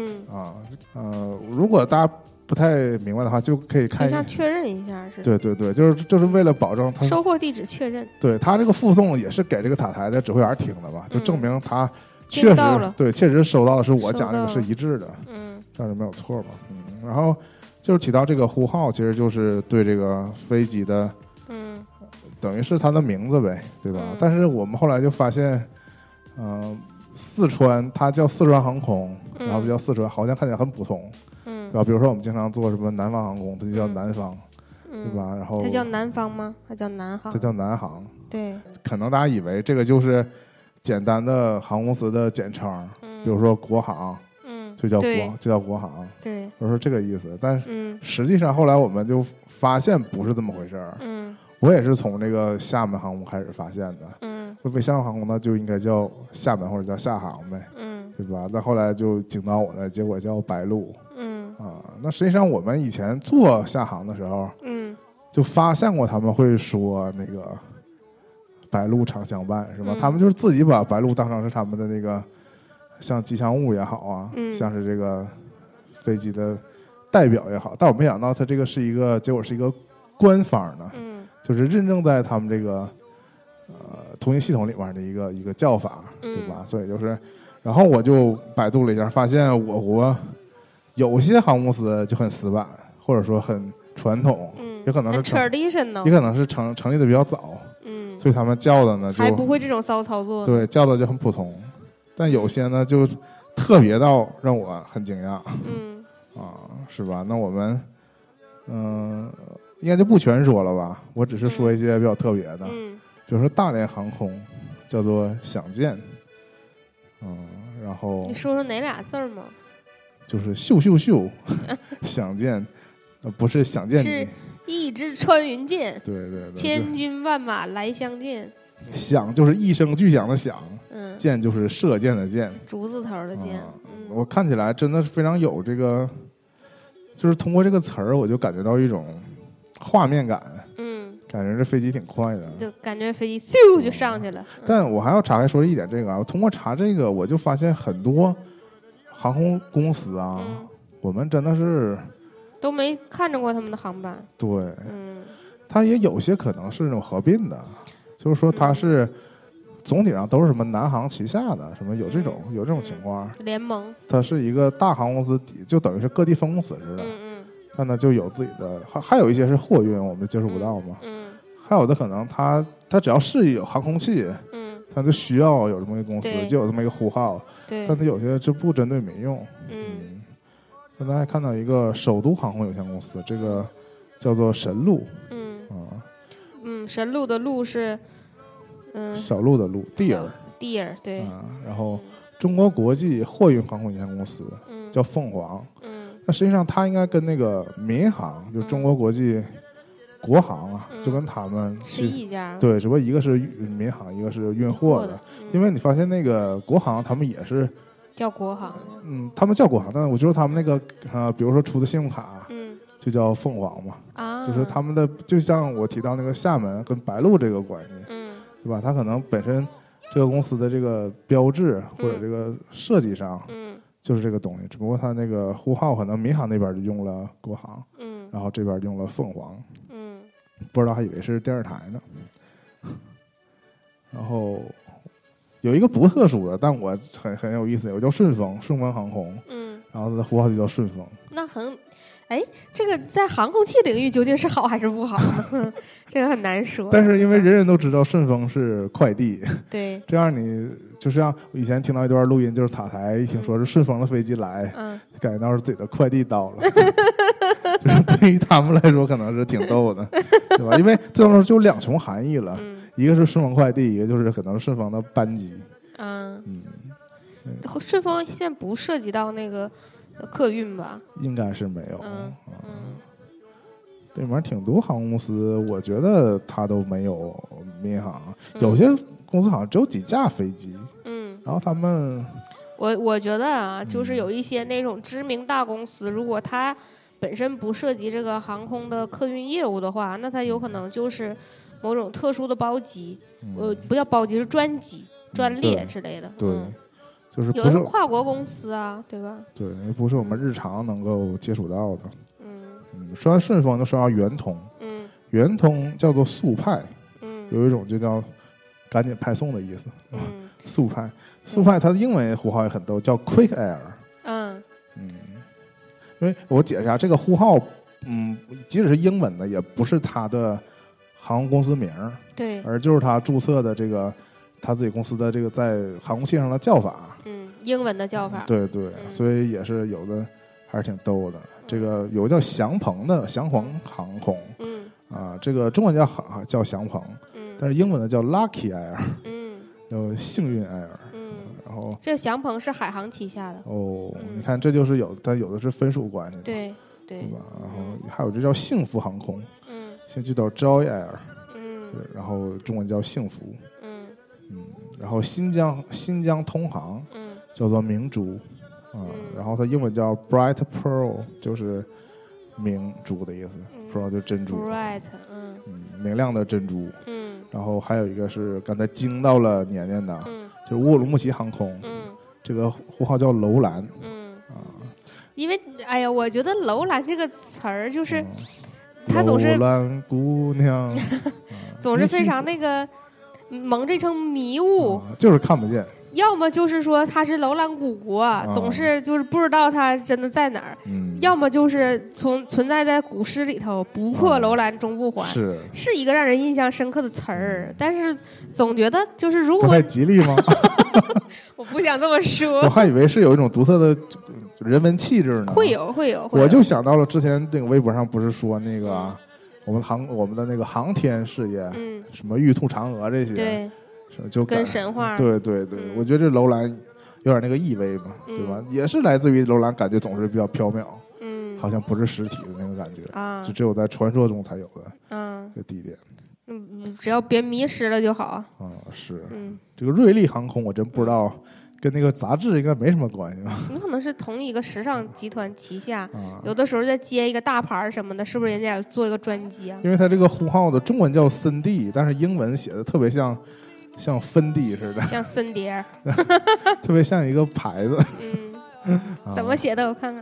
如果大家不太明白的话，就可以看一下确认一下是。 对，就是为了保证他收货地址确认。对， 他这个附送也是给这个塔台的指挥员听的吧，就证明他确实收到的是我讲这个是一致的，这样就没有错吧。然后就是提到这个呼号，其实就是对这个飞机的，等于是它的名字呗，对吧？但是我们后来就发现，四川它叫四川航空，然后就叫四川，好像看起来很普通，对吧？比如说我们经常坐什么南方航空，它就叫南方，对吧？然后它叫南方吗？它叫南航， 它叫南航。对，可能大家以为这个就是简单的航空公司的简称，比如说国航，就叫国航，对，我说这个意思。但是实际上后来我们就发现不是这么回事儿。我也是从这个厦门航空开始发现的。为厦门航空呢就应该叫厦门或者叫厦航呗，对吧？但后来就惊到我了，结果叫白鹭。那实际上我们以前做厦航的时候，就发现过他们会说那个白鹭常相伴，是吧？他们就是自己把白鹭当成是他们的那个像吉祥物也好啊，像是这个飞机的代表也好，但我没想到它这个结果是一个官方的， 嗯就是认证在他们这个通信系统里面的一个叫法，对吧？所以就是，然后我就百度了一下，发现我国有些航空公司就很死板，或者说很传统，也可能是 traditional， 也可能是成立的比较早，所以他们叫的呢就还不会这种骚操作， 对，叫的就很普通。但有些呢就特别到让我很惊讶，是吧？那我们应该就不全说了吧，我只是说一些比较特别的，比如说大连航空叫做享健，然后你说说哪俩字儿吗？ 就是秀秀秀享健，不是想见你， 是一支穿云箭， 对对对， 千军万马来相见。 响就是一声巨响的响，箭就是射箭的箭， 竹字头的箭。 我看起来真的是非常有这个，就是通过这个词儿，我就感觉到一种画面感，感觉这飞机挺快的， 就感觉飞机咻就上去了。 但我还要岔开说一点，这个啊，我通过查这个，我就发现很多航空公司啊，我们真的是都没看着过他们的航班。 对，它也有些可能是那种合并的。就是说它是总体上都是什么南航旗下的，什么有这种情况， 联盟， 它是一个大航空公司就等于是各地分公司似的，但呢就有自己的，还有一些是货运我们接触不到嘛，还有的可能它只要是有航空器，它就需要有这么一个公司，就有这么一个呼号，但它有些就不针对民用，刚才还看到一个首都航空有限公司，这个叫做神鹿， 神鹿的鹿是， 小鹿的鹿 ，deer， 对， 然后中国国际货运航空有限公司，叫凤凰，那实际上它应该跟那个民航，就中国国际国航啊，就跟他们是一家， 对，只不过一个是民航，一个是运货的，因为你发现那个国航他们也是叫国航， 他们叫国航，但是我觉得他们那个比如说出的信用卡，就叫凤凰嘛，就是他们的，就像我提到那个厦门跟白鹭这个关系，对吧？它可能本身这个公司的这个标志或者这个设计上，就是这个东西，只不过它那个呼号可能民航那边就用了国航，然后这边用了凤凰，不知道还以为是电视台呢。然后有一个不特殊的，但我很有意思，有叫顺丰航空，然后它的呼号就叫顺丰。 那这个在航空器领域究竟是好还是不好呢？这个很难说。 但是因为人人都知道顺丰是快递， 对， 这样你就像我以前听到一段录音，就是塔台一听说是顺丰的飞机来，感觉到是自己的快递到了，就是对于他们来说可能是挺逗的，对吧？因为这种就两重含义了，一个是顺丰快递，一个就是可能是顺丰的班机。 顺丰现在不涉及到那个客运吧？ 应该是没有。这里面挺多航空公司，我觉得它都没有民航，有些公司好像只有几架飞机。然后他们， 我觉得啊，就是有一些那种知名大公司，如果它本身不涉及这个航空的客运业务的话，那它有可能就是某种特殊的包机，不叫包机，是专机、专列之类的。 对。就是不是跨国公司啊，对吧？ 对，不是我们日常能够接触到的。说完顺丰就说到圆通，圆通叫做速派，有一种就叫赶紧派送的意思，速派它的英文呼号也很逗，叫 Quick Air。因为我解释一下，这个呼号，即使是英文的，也不是它的航空公司名， 对， 而就是它注册的这个。他自己公司的这个在航空器上的叫法， 英文的叫法， 对，所以也是有的，还是挺逗的。这个有个叫祥鹏的祥鹏航空，这个中文叫祥鹏，但是英文的叫 Lucky Air，叫幸运 Air，然后这个祥鹏是海航旗下的。 你看这就是它有的是分属关系， 对吧？然后还有这叫幸福航空，现在就叫 Joy Air，然后中文叫幸福。然后新疆通航，叫做明珠，然后它英文叫 Bright Pearl， 就是明珠的意思，Pearl 就珍珠 ，Bright， 明亮的珍珠，然后还有一个是刚才惊到了年年的，就是乌鲁木齐航空，这个呼号叫楼兰， 因为我觉得楼兰这个词儿就是。 他总是楼兰姑娘， 总是非常那个蒙这层迷雾， 就是看不见。 要么就是说他是楼兰古国，总是就是不知道他真的在哪儿，要么就是存在在古诗里头，不破楼兰终不还，是一个让人印象深刻的词儿。但是总觉得就是如果不太吉利吗？ 我不想这么说， 我还以为是有一种独特的人文气质呢。 会有， 我就想到了之前这个微博上不是说那个我们的那个航天事业，什么玉兔嫦娥这些， 对。 就跟神话， 对，我觉得这楼兰有点那个意味嘛，对吧？也是来自于楼兰，感觉总是比较缥缈，好像不是实体的那个感觉啊，只有在传说中才有的，这地点， 只要别迷失了就好啊。 是，这个瑞丽航空我真不知道，跟那个杂志应该没什么关系吧？ 你可能是同一个时尚集团旗下，有的时候再接一个大牌什么的，是不是人家要做一个专辑啊？ 因为它这个呼号的中文叫森地，但是英文写的特别像芬迪似的， 像森碟， 特别像一个牌子。 怎么写的？我看看。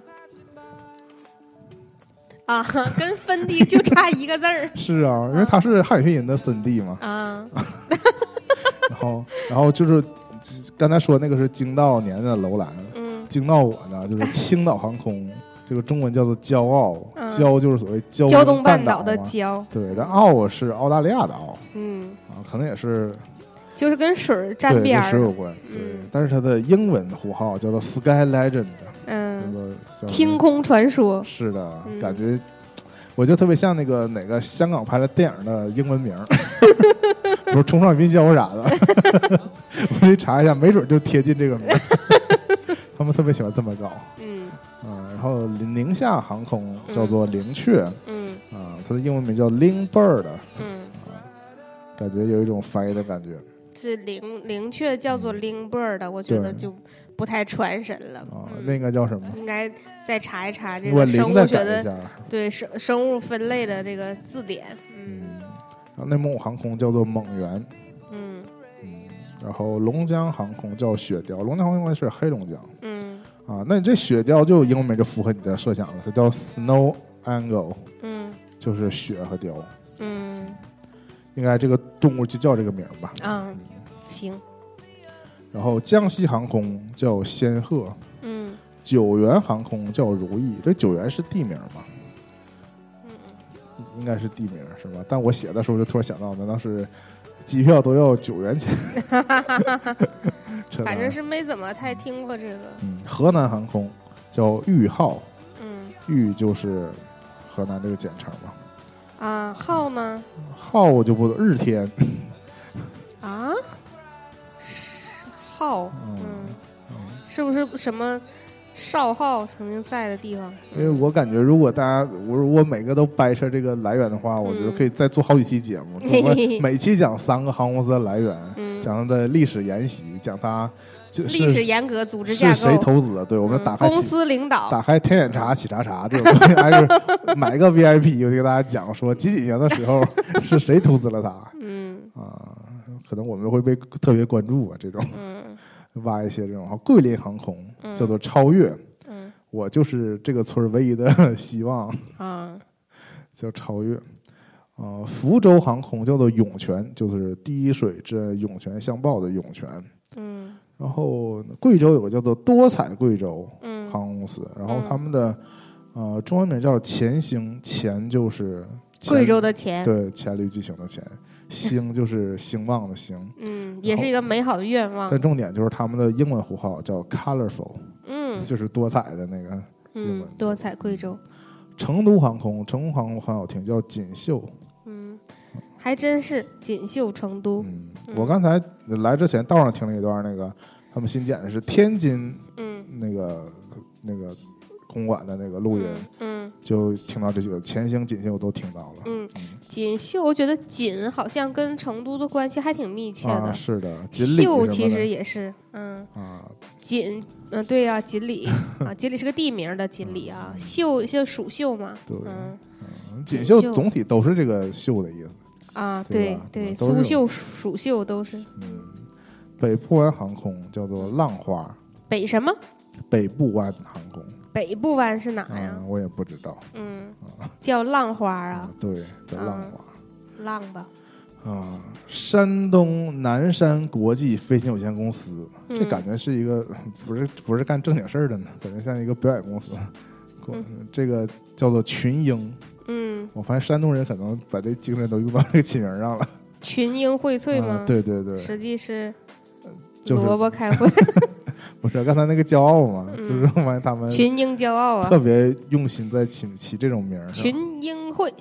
啊，跟芬迪就差一个字儿。 是啊，因为它是汉语拼音的森地嘛。然后就是刚才说那个是京道年的楼兰，京道我呢就是青岛航空，这个中文叫做骄傲，骄就是所谓胶东半岛的骄， 对，但澳是澳大利亚的澳，可能也是。 就是跟水沾边儿， 跟水有关。对，但是它的英文呼号叫做 Sky Legend， 星空传说。 是的，感觉我就特别像那个哪个香港拍的电影的英文名，不是冲上云霄啥的。我得查一下，没准就贴近这个名。他们特别喜欢这么搞。然后宁夏航空叫做灵雀，它的英文名叫 Ling Bird，感觉有一种翻译的感觉。 是灵雀叫做 Ling Bird，我觉得就不太传神了。 那个叫什么？ 应该再查一查这个生物学的，对生物分类的这个字典。 然后内蒙古航空叫做蒙源，然后龙江航空叫雪雕，龙江航空应该是黑龙江。那你这雪雕就英文名就符合你的设想了，它叫 Snow Angle，就是雪和雕。应该这个动物就叫这个名吧。 行。 然后江西航空叫仙鹤，九原航空叫如意。这九原是地名吗？应该是地名是吧？但我写的时候就突然想到，难道是机票都要9元钱？ 反正是没怎么太听过这个。 河南航空叫豫号，豫就是河南这个简称嘛。 号呢？ 号我就不懂，日天。 号，是不是什么少昊曾经在的地方？ 因为我感觉，如果大家我每个都掰扯这个来源的话，我觉得可以再做好几期节目。我们每期讲3个航空公司的来源，讲它的历史沿袭，讲它历史沿革、组织架构， 是谁投资的？对，我们打开公司领导， 打开天眼查、企查查这种东西，还是买个 VIP，我就给大家讲说几年的时候是谁投资了它。可能我们会被特别关注啊，这种挖一些这种。桂林航空叫做超越，我就是这个村唯一的希望叫超越。福州航空叫做涌泉，就是滴水之恩，涌泉相报的涌泉。然后贵州有个叫做多彩贵州航空公司，然后他们的中文名叫钱星，钱就是贵州的钱， 对，黔驴技穷的钱，兴就是兴旺的兴， 也是一个美好的愿望。 但重点就是他们的英文呼号叫 colorful，就是多彩的那个英文。 多彩贵州。 成都航空很好听，叫锦绣。 还真是锦绣成都。 我刚才来之前道上听了一段那个他们新剪的是天津那个公馆的那个录音，就听到这几个前行锦绣都听到了。 锦绣我觉得锦好像跟成都的关系还挺密切的。 是的， 绣其实也是锦对呀，锦里锦里是个地名的锦里啊，绣就蜀绣嘛。 对，锦绣总体都是这个绣的意思。 对对，苏绣、蜀绣都是。 北部湾航空叫做浪花。 北什么？ 北部湾航空。 北部湾是哪呀？ 我也不知道。 叫浪花啊。 对，叫浪花。 浪吧。 山东南山国际飞行有限公司，这感觉是一个不是干正经事儿的呢，感觉像一个表演公司。这个叫做群英。我发现山东人可能把这精神都用到这个起名上了。 群英荟萃吗？ 对对对， 实际是就是萝卜开会。 不是刚才那个骄傲嘛，就是我发现他们群英骄傲啊， 特别用心在起这种名儿。 群英会。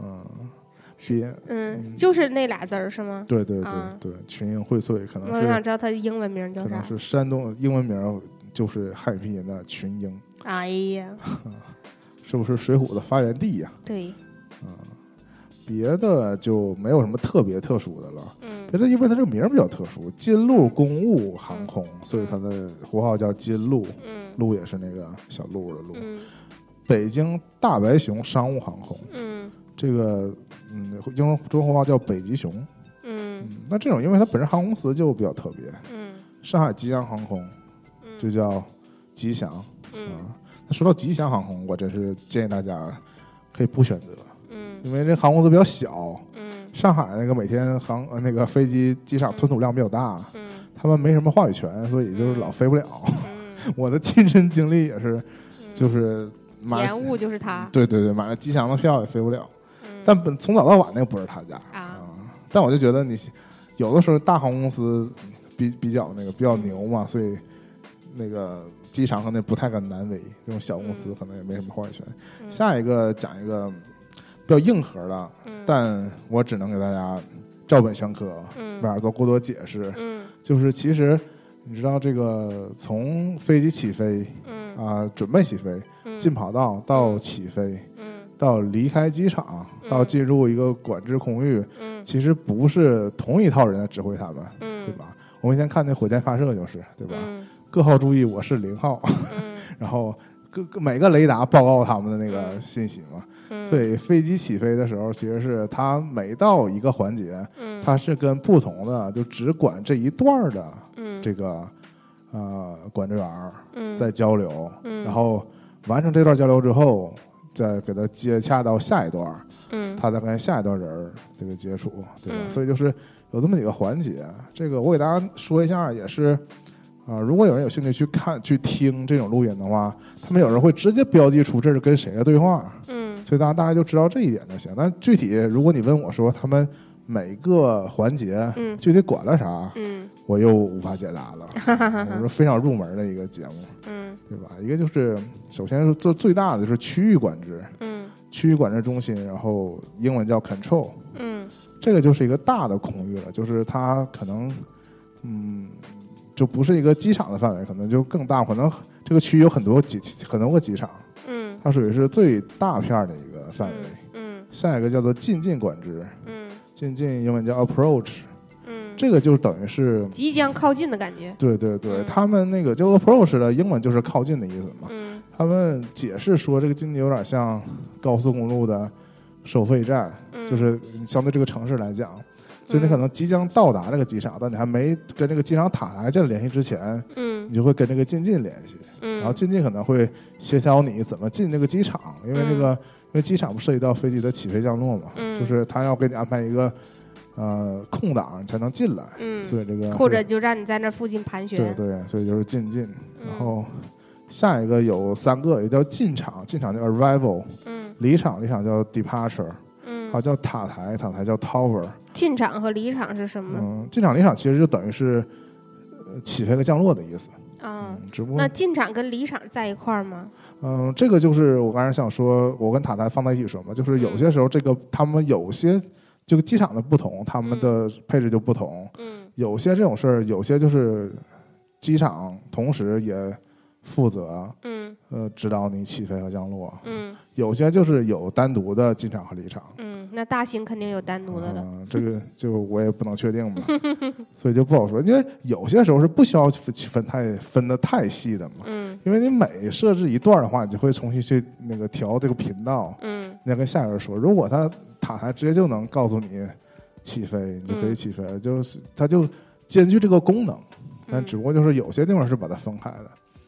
就是那俩字儿是吗？ 对对对对，群英荟萃可能是。 我想知道它的英文名叫啥？ 可能是山东英文名就是汉语拼音的群英。 哎呀， 是不是水浒的发源地呀？ 对。 别的就没有什么特别特殊的了。别的因为它这个名儿比较特殊，金鹿公务航空，所以它的国号叫金鹿。鹿也是那个小鹿的鹿。北京大白熊商务航空。这个中文话叫北极熊。那这种因为它本身航空公司就比较特别。上海吉祥航空就叫吉祥。那说到吉祥航空，我真是建议大家可以不选择。因为这航空公司比较小。上海那个每天那个飞机机场吞吐量比较大。他们没什么话语权，所以就是老飞不了。我的亲身经历也是，就是延误就是他。 对对对，买了吉祥的票也飞不了。但从早到晚那个不是他家但我就觉得你有的时候大航空公司比较牛嘛，所以那个机场可能不太敢难为，这种小公司可能也没什么话语权。下一个讲一个比较硬核的，但我只能给大家照本宣科，没法做过多解释。就是其实你知道这个从飞机起飞准备起飞，进跑道到起飞。到离开机场，到进入一个管制空域，其实不是同一套人在指挥他们，对吧？我们以前看那火箭发射就是，对吧？各号注意，我是0号，然后每个雷达报告他们的那个信息嘛。所以飞机起飞的时候，其实是它每到一个环节，它是跟不同的就只管这一段的这个管制员在交流，然后完成这段交流之后。再给他接洽到下一段，他再跟下一段人这个接触，对吧？所以就是有这么几个环节。这个我给大家说一下，也是如果有人有兴趣去听这种录音的话，他们有人会直接标记出这是跟谁的对话，所以大家就知道这一点就行。但具体如果你问我说他们每个环节具体管了啥，我又无法解答了。我说非常入门的一个节目，对吧？一个就是首先是做最大的就是区域管制，区域管制中心，然后英文叫 control，这个就是一个大的空域了，就是它可能就不是一个机场的范围，可能就更大，可能这个区域有很多个机场，它属于是最大片的一个范围。下一个叫做进管制，进英文叫 approach。这个就等于是即将靠近的感觉。 对对对，他们那个就 approach 的英文就是靠近的意思嘛。他们解释说这个进有点像高速公路的收费站，就是相对这个城市来讲，就你可能即将到达这个机场，但你还没跟这个机场塔台建立联系之前，你就会跟这个进联系，然后进可能会协调你怎么进这个机场，因为机场不涉及到飞机的起飞降落嘛，就是他要给你安排一个空档才能进来，所以这个或者就让你在那附近盘旋。 对对，所以就是进。然后下一个有3个，一个叫进场叫 arrival，离场叫 departure，还有叫塔台叫 tower。 进场和离场是什么？ 进场离场其实就等于是起飞和降落的意思。只不过那进场跟离场在一块儿吗？ 这个就是我刚才想说，我跟塔台放在一起说嘛，就是有些时候这个他们有些这个机场的不同，他们的配置就不同。有些这种事儿，有些就是机场同时也负责，指导你起飞和降落。有些就是有单独的进场和离场。 那大型肯定有单独的了。 这个就我也不能确定嘛，所以就不好说。因为有些时候是不需要分得太细的嘛。因为你每设置一段的话，你就会重新去那个调这个频道。你要跟下一个人说，如果他塔台直接就能告诉你起飞，你就可以起飞，它就兼具这个功能，但只不过就是有些地方是把它分开的。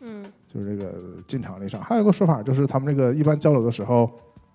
就是这个进场离场。还有一个说法就是他们这个一般交流的时候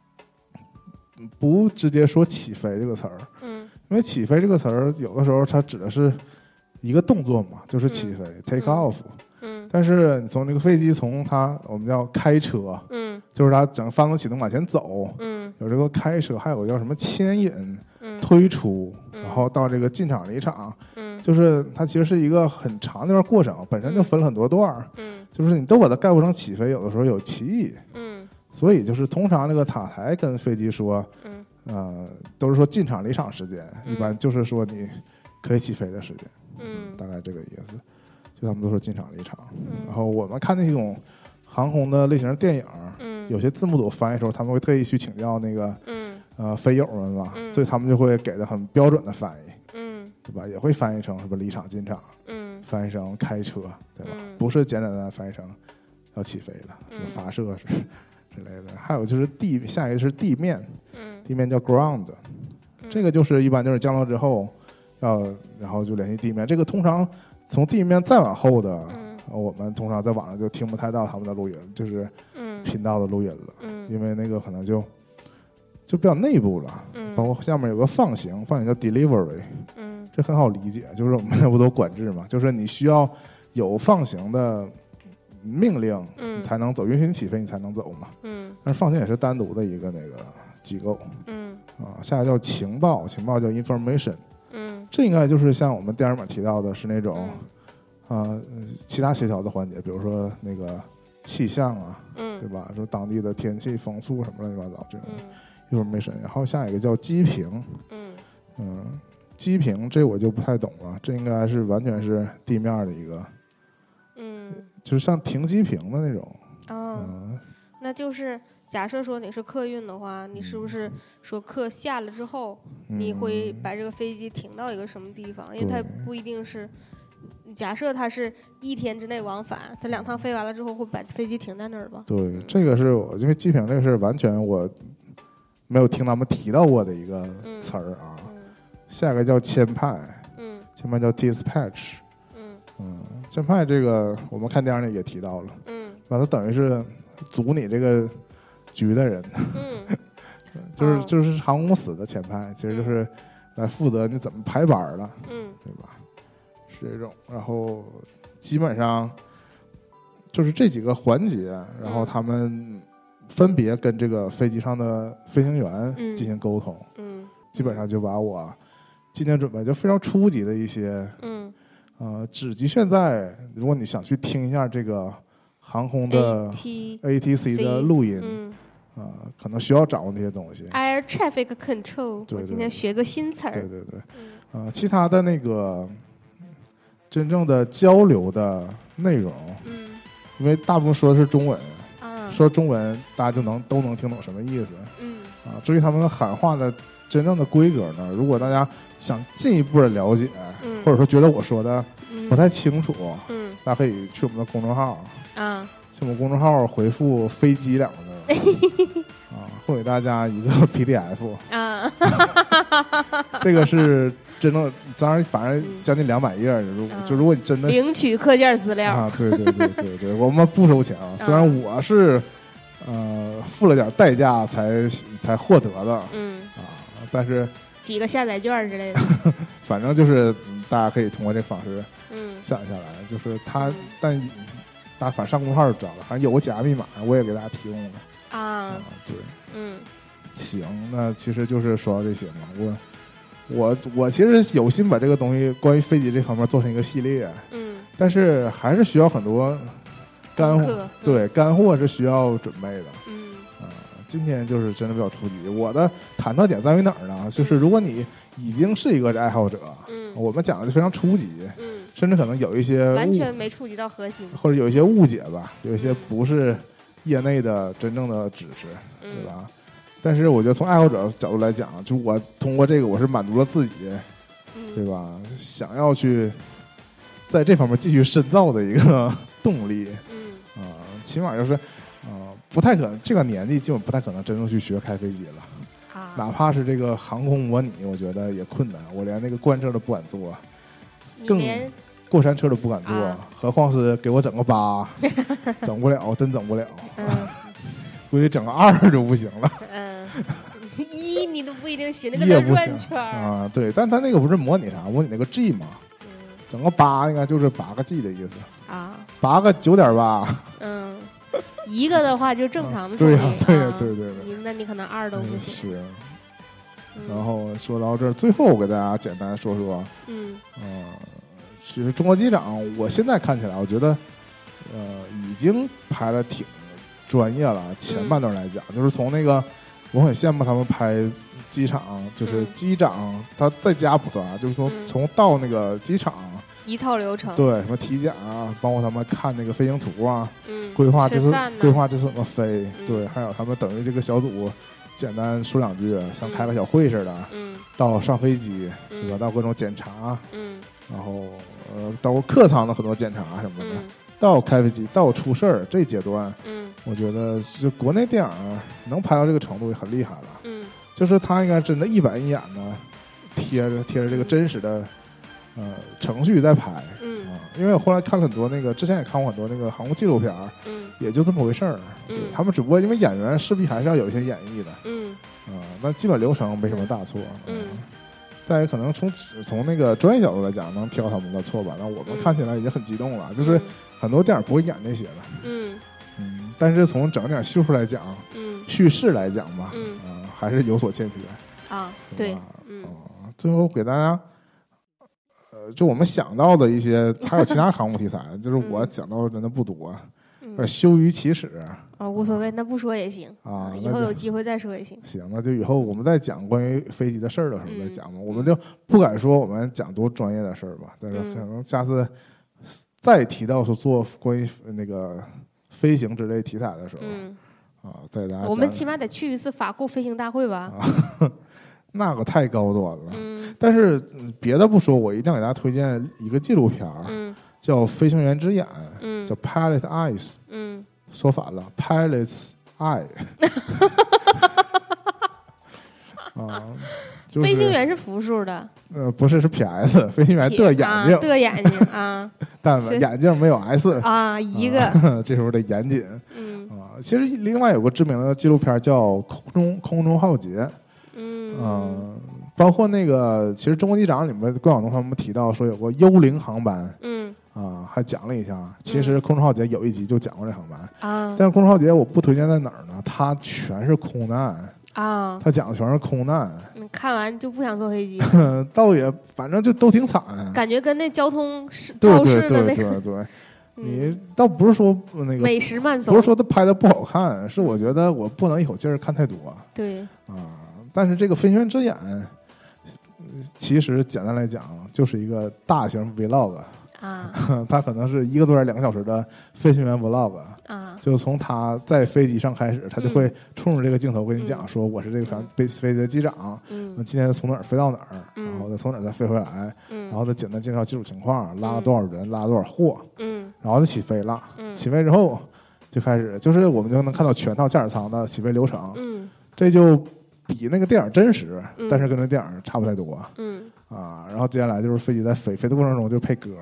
不直接说起飞这个词儿，因为起飞这个词儿有的时候它指的是一个动作嘛，就是起飞、take off。但是你从这个飞机从它我们叫开车，就是它整个发动启动往前走，有这个开车，还有个叫什么牵引、推出，然后到这个进场离场，就是它其实是一个很长的一段过程，本身就分了很多段，就是你都把它概括成起飞，有的时候有歧义，所以就是通常这个塔台跟飞机说，都是说进场离场时间，一般就是说你可以起飞的时间，大概这个意思。就他们都说进场离场，然后我们看那种航空的类型的电影，有些字幕组翻译的时候，他们会特意去请教那个飞友们嘛，所以他们就会给的很标准的翻译，对吧？也会翻译成什么离场进场，翻译成开车，对吧？不是简单的翻译成要起飞了，什么发射之类的。还有就是下一个是地面，地面叫 ground，这个就是一般就是降落之后然后就联系地面，这个通常从地面再往后的，我们通常在网上就听不太到他们的录音，就是频道的录音了，因为那个可能就比较内部了，包括下面有个放行叫 delivery，这很好理解，就是我们内部都管制嘛，就是你需要有放行的命令，你才能走，允许你起飞你才能走嘛，但是放行也是单独的一个那个机构，下一个叫情报叫 information。这应该就是像我们电影里提到的是那种，其他协调的环节，比如说那个气象啊，对吧？说当地的天气、风速什么乱七八糟这种information。然后下一个叫机坪，机坪这我就不太懂了，这应该是完全是地面的一个，就是像停机坪的那种。 那就是假设说你是客运的话，你是不是说客下了之后，你会把这个飞机停到一个什么地方？因为它不一定是，假设它是1天之内往返，它2趟飞完了之后会把飞机停在那儿吧？对， 这个是我因为机坪这个是完全我没有听他们提到过的一个词儿啊。下一个叫签派，签派叫 dispatch，签派这个我们看电影里也提到了，完了等于是组你这个局的人，就是航空公司的签派，其实就是来负责你怎么排班了，对吧？是这种，然后基本上就是这几个环节，然后他们分别跟这个飞机上的飞行员进行沟通，基本上就把我今天准备就非常初级的一些，只局限在如果你想去听一下这个航空的 ATC 的录音，可能需要掌握那些东西。 Air Traffic Control， 我今天学个新词儿。 对，其他的那个真正的交流的内容，因为大部分说的是中文，说中文大家都能听懂什么意思，至于他们的喊话的真正的规格呢，如果大家想进一步的了解，或者说觉得我说的不太清楚，大家可以去我们的公众号，去我们公众号回复飞机2个字，会给大家一个 PDF，这个是真正，当然反正将近200页，如果你真的领取课件资料对，我们不收钱啊，虽然我是付了点代价才获得的，但是几个下载券之类的， 反正就是大家可以通过这个方式下载下来，就是但大家反正上公众号就知道了，反正有个假密码，我也给大家提供了对，行，那其实就是说到这些嘛，我其实有心把这个东西关于飞机这方面做成一个系列，但是还是需要很多干货，对，干货是需要准备的，今天就是真的比较初级。我的忐忑点在于哪儿呢？就是如果你已经是一个爱好者，我们讲的就非常初级，甚至可能有一些完全没触及到核心， 或者有一些误解吧，有一些不是业内的真正的知识，对吧？但是我觉得从爱好者角度来讲，就我通过这个我是满足了自己，对吧？想要去在这方面继续深造的一个动力，起码就是不太可能这个年纪基本不太可能真正去学开飞机了，哪怕是这个航空模拟，我觉得也困难，我连那个观测都不敢做， 你连过山车都不敢坐，何况是给我整个8，整不了，真整不了。估计整个2就不行了。 1你都不一定行，那个在转圈啊。对，但他那个不是模拟啥，模拟那个 G 嘛。整个8应该就是8个 G 的意思啊，8个9.8。 一个的话就正常的对呀， 对。 那你可能2都不行。 是。然后说到这儿，最后我给大家简单说说，其实中国机长，我现在看起来，我觉得，已经拍的挺专业了。前半段来讲，就是从那个，我很羡慕他们拍机场，就是机长他在家不算，就是说从到那个机场一套流程， 对，什么体检啊，包括他们看那个飞行图啊，规划这次怎么飞，对，还有他们等于这个小组。简单说2句，像开个小会似的，到上飞机，对吧？到各种检查，然后到客舱的很多检查什么的，到开飞机，到出事儿这阶段，我觉得就国内电影能拍到这个程度也很厉害了，就是他应该真的1板1眼的贴着这个真实的程序在拍，因为我后来看了很多那个，之前也看过很多那个航空纪录片，也就这么回事儿，他们只不过因为演员势必还是要有一些演绎的，那基本流程没什么大错，再有可能从那个专业角度来讲，能挑他们的错吧，那我们看起来已经很激动了，就是很多电影不会演这些的，但是从整个电影叙述来讲，叙事来讲吧，还是有所欠缺啊，对， 最后给大家。就我们想到的一些，还有其他航母题材，就是我讲到的真的不多，有点羞于启齿。 无所谓，那不说也行啊，以后有机会再说也行。 行，那就以后我们再讲关于飞机的事儿的时候再讲嘛。我们就不敢说我们讲多专业的事儿吧，但是可能下次再提到说做关于那个飞行之类题材的时候，再给大家。 我们起码得去一次法库飞行大会吧。 那个太高端了，但是别的不说，我一定要给大家推荐一个纪录片，叫《飞行员之眼》，叫 Pilot Eyes，说反了 Pilot's Eye， 就是飞行员是复数的， 不是 PS， 飞行员的眼睛， 的眼睛啊， 但眼睛没有 S 啊，一个， 这时候得严谨，其实另外有个知名的纪录片叫《空中浩劫》。包括那个，其实中国机长里面关晓彤他们提到说有过幽灵航班，还讲了一下。其实空中浩劫有一集就讲过这航班但是空中浩劫我不推荐在哪儿呢？它全是空难它讲的全是空难。 看完就不想坐飞机。 倒也反正就都挺惨， 感觉跟那交通超市的那个。 对。你倒不是说那个美食慢走， 不是说他拍的不好看，是我觉得我不能一口气儿看太多。 对但是这个飞行员之眼，其实简单来讲就是一个大型 vlog 它可能是1个多2个小时的飞行员 vlog 就从他在飞机上开始，他就会冲着这个镜头跟你讲说，我是这个飞机的机长，今天从哪儿飞到哪儿，然后再从哪儿再飞回来，然后再简单介绍技术情况，拉了多少人，拉了多少货，然后就起飞了，起飞之后就开始，就是我们就能看到全套驾驶舱的起飞流程，这就比那个电影真实，但是跟那电影差不太多，然后接下来就是飞机在飞的过程中就配歌，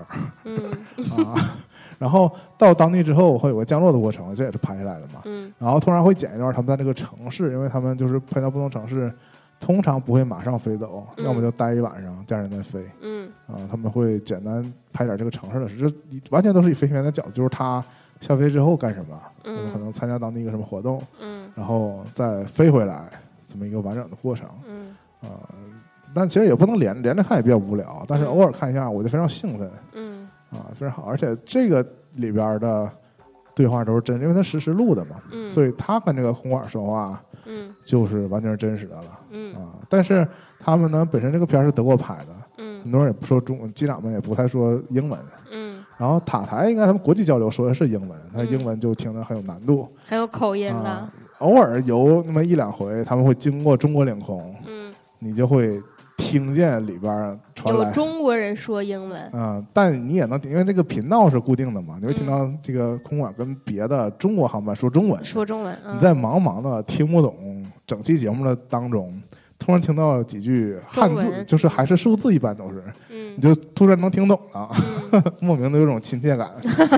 然后到当地之后会有个降落的过程，这也是拍下来的嘛，然后通常会剪一段他们在那个城市，因为他们就是配到不同城市，通常不会马上飞走，要么就待一晚上，第二天再飞，他们会简单拍点这个城市的事，这完全都是以飞行员的角度，就是他下飞之后干什么，可能参加当地一个什么活动，然后再飞回来。这么一个完整的过程，但其实也不能连着看也比较无聊，但是偶尔看一下我就非常兴奋，非常好，而且这个里边的对话都是真，因为他实时录的嘛，所以他跟这个空管说话，就是完全是真实的了，但是他们呢本身这个片是德国拍的，很多人也不说中文，机长们也不太说英文，然后塔台应该他们国际交流说的是英文，但是英文就听得很有难度， 很有口音了。 偶尔有那么1-2回，他们会经过中国领空，你就会听见里边传来有中国人说英文， 但你也能因为这个频道是固定的嘛，你会听到这个空管跟别的中国航班说中文， 你在茫茫的听不懂整期节目的当中， 突然听到几句汉字，就是还是数字，一般都是， 嗯， 你就突然能听懂了，莫名的有种亲切感，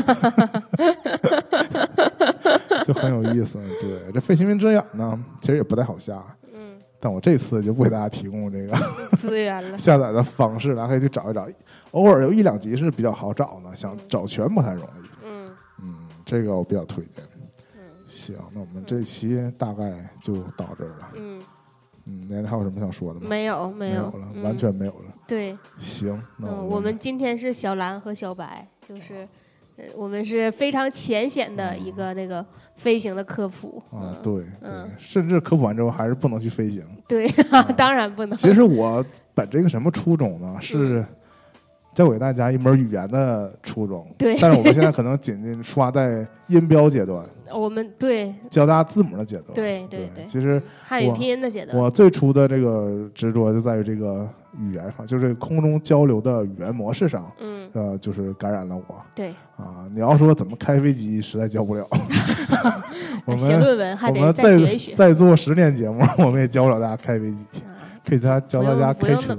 就很有意思。对，这飞行员之眼呢，其实也不太好下，但我这次就不给大家提供这个资源了， 下载的方式，大家可以去找一找，偶尔有1、2集是比较好找的，想找全不太容易。这个我比较推荐。行，那我们这期大概就到这儿了。您还有什么想说的吗？ 没有了，完全没有了。 对， 行，那我们今天是小蓝和小白，就是我们是非常浅显的一个那个飞行的科普啊，对，甚至科普完之后还是不能去飞行。 对，当然不能。 其实我本这个什么初衷呢？是教给大家一门语言的初衷， 对。 但是我们现在可能仅仅出发在音标阶段， 我们对教大家字母的阶段， 对。 其实汉语拼音的阶段， 我最初的这个执着就在于这个语言上，就是空中交流的语言模式上，就是感染了我。 对啊，你要说怎么开飞机，实在教不了。 写论文还得再学一学。 再做10年节目，我们也教不了大家开飞机，可以教大家开车。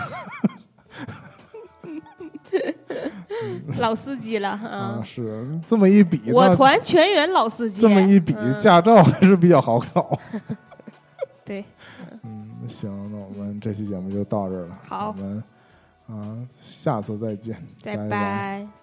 老司机了啊！ 是这么一比， 我团全员老司机。 这么一比，驾照还是比较好考。 对， 行，那我们这期节目就到这儿了。 好， 我们下次再见， 拜拜。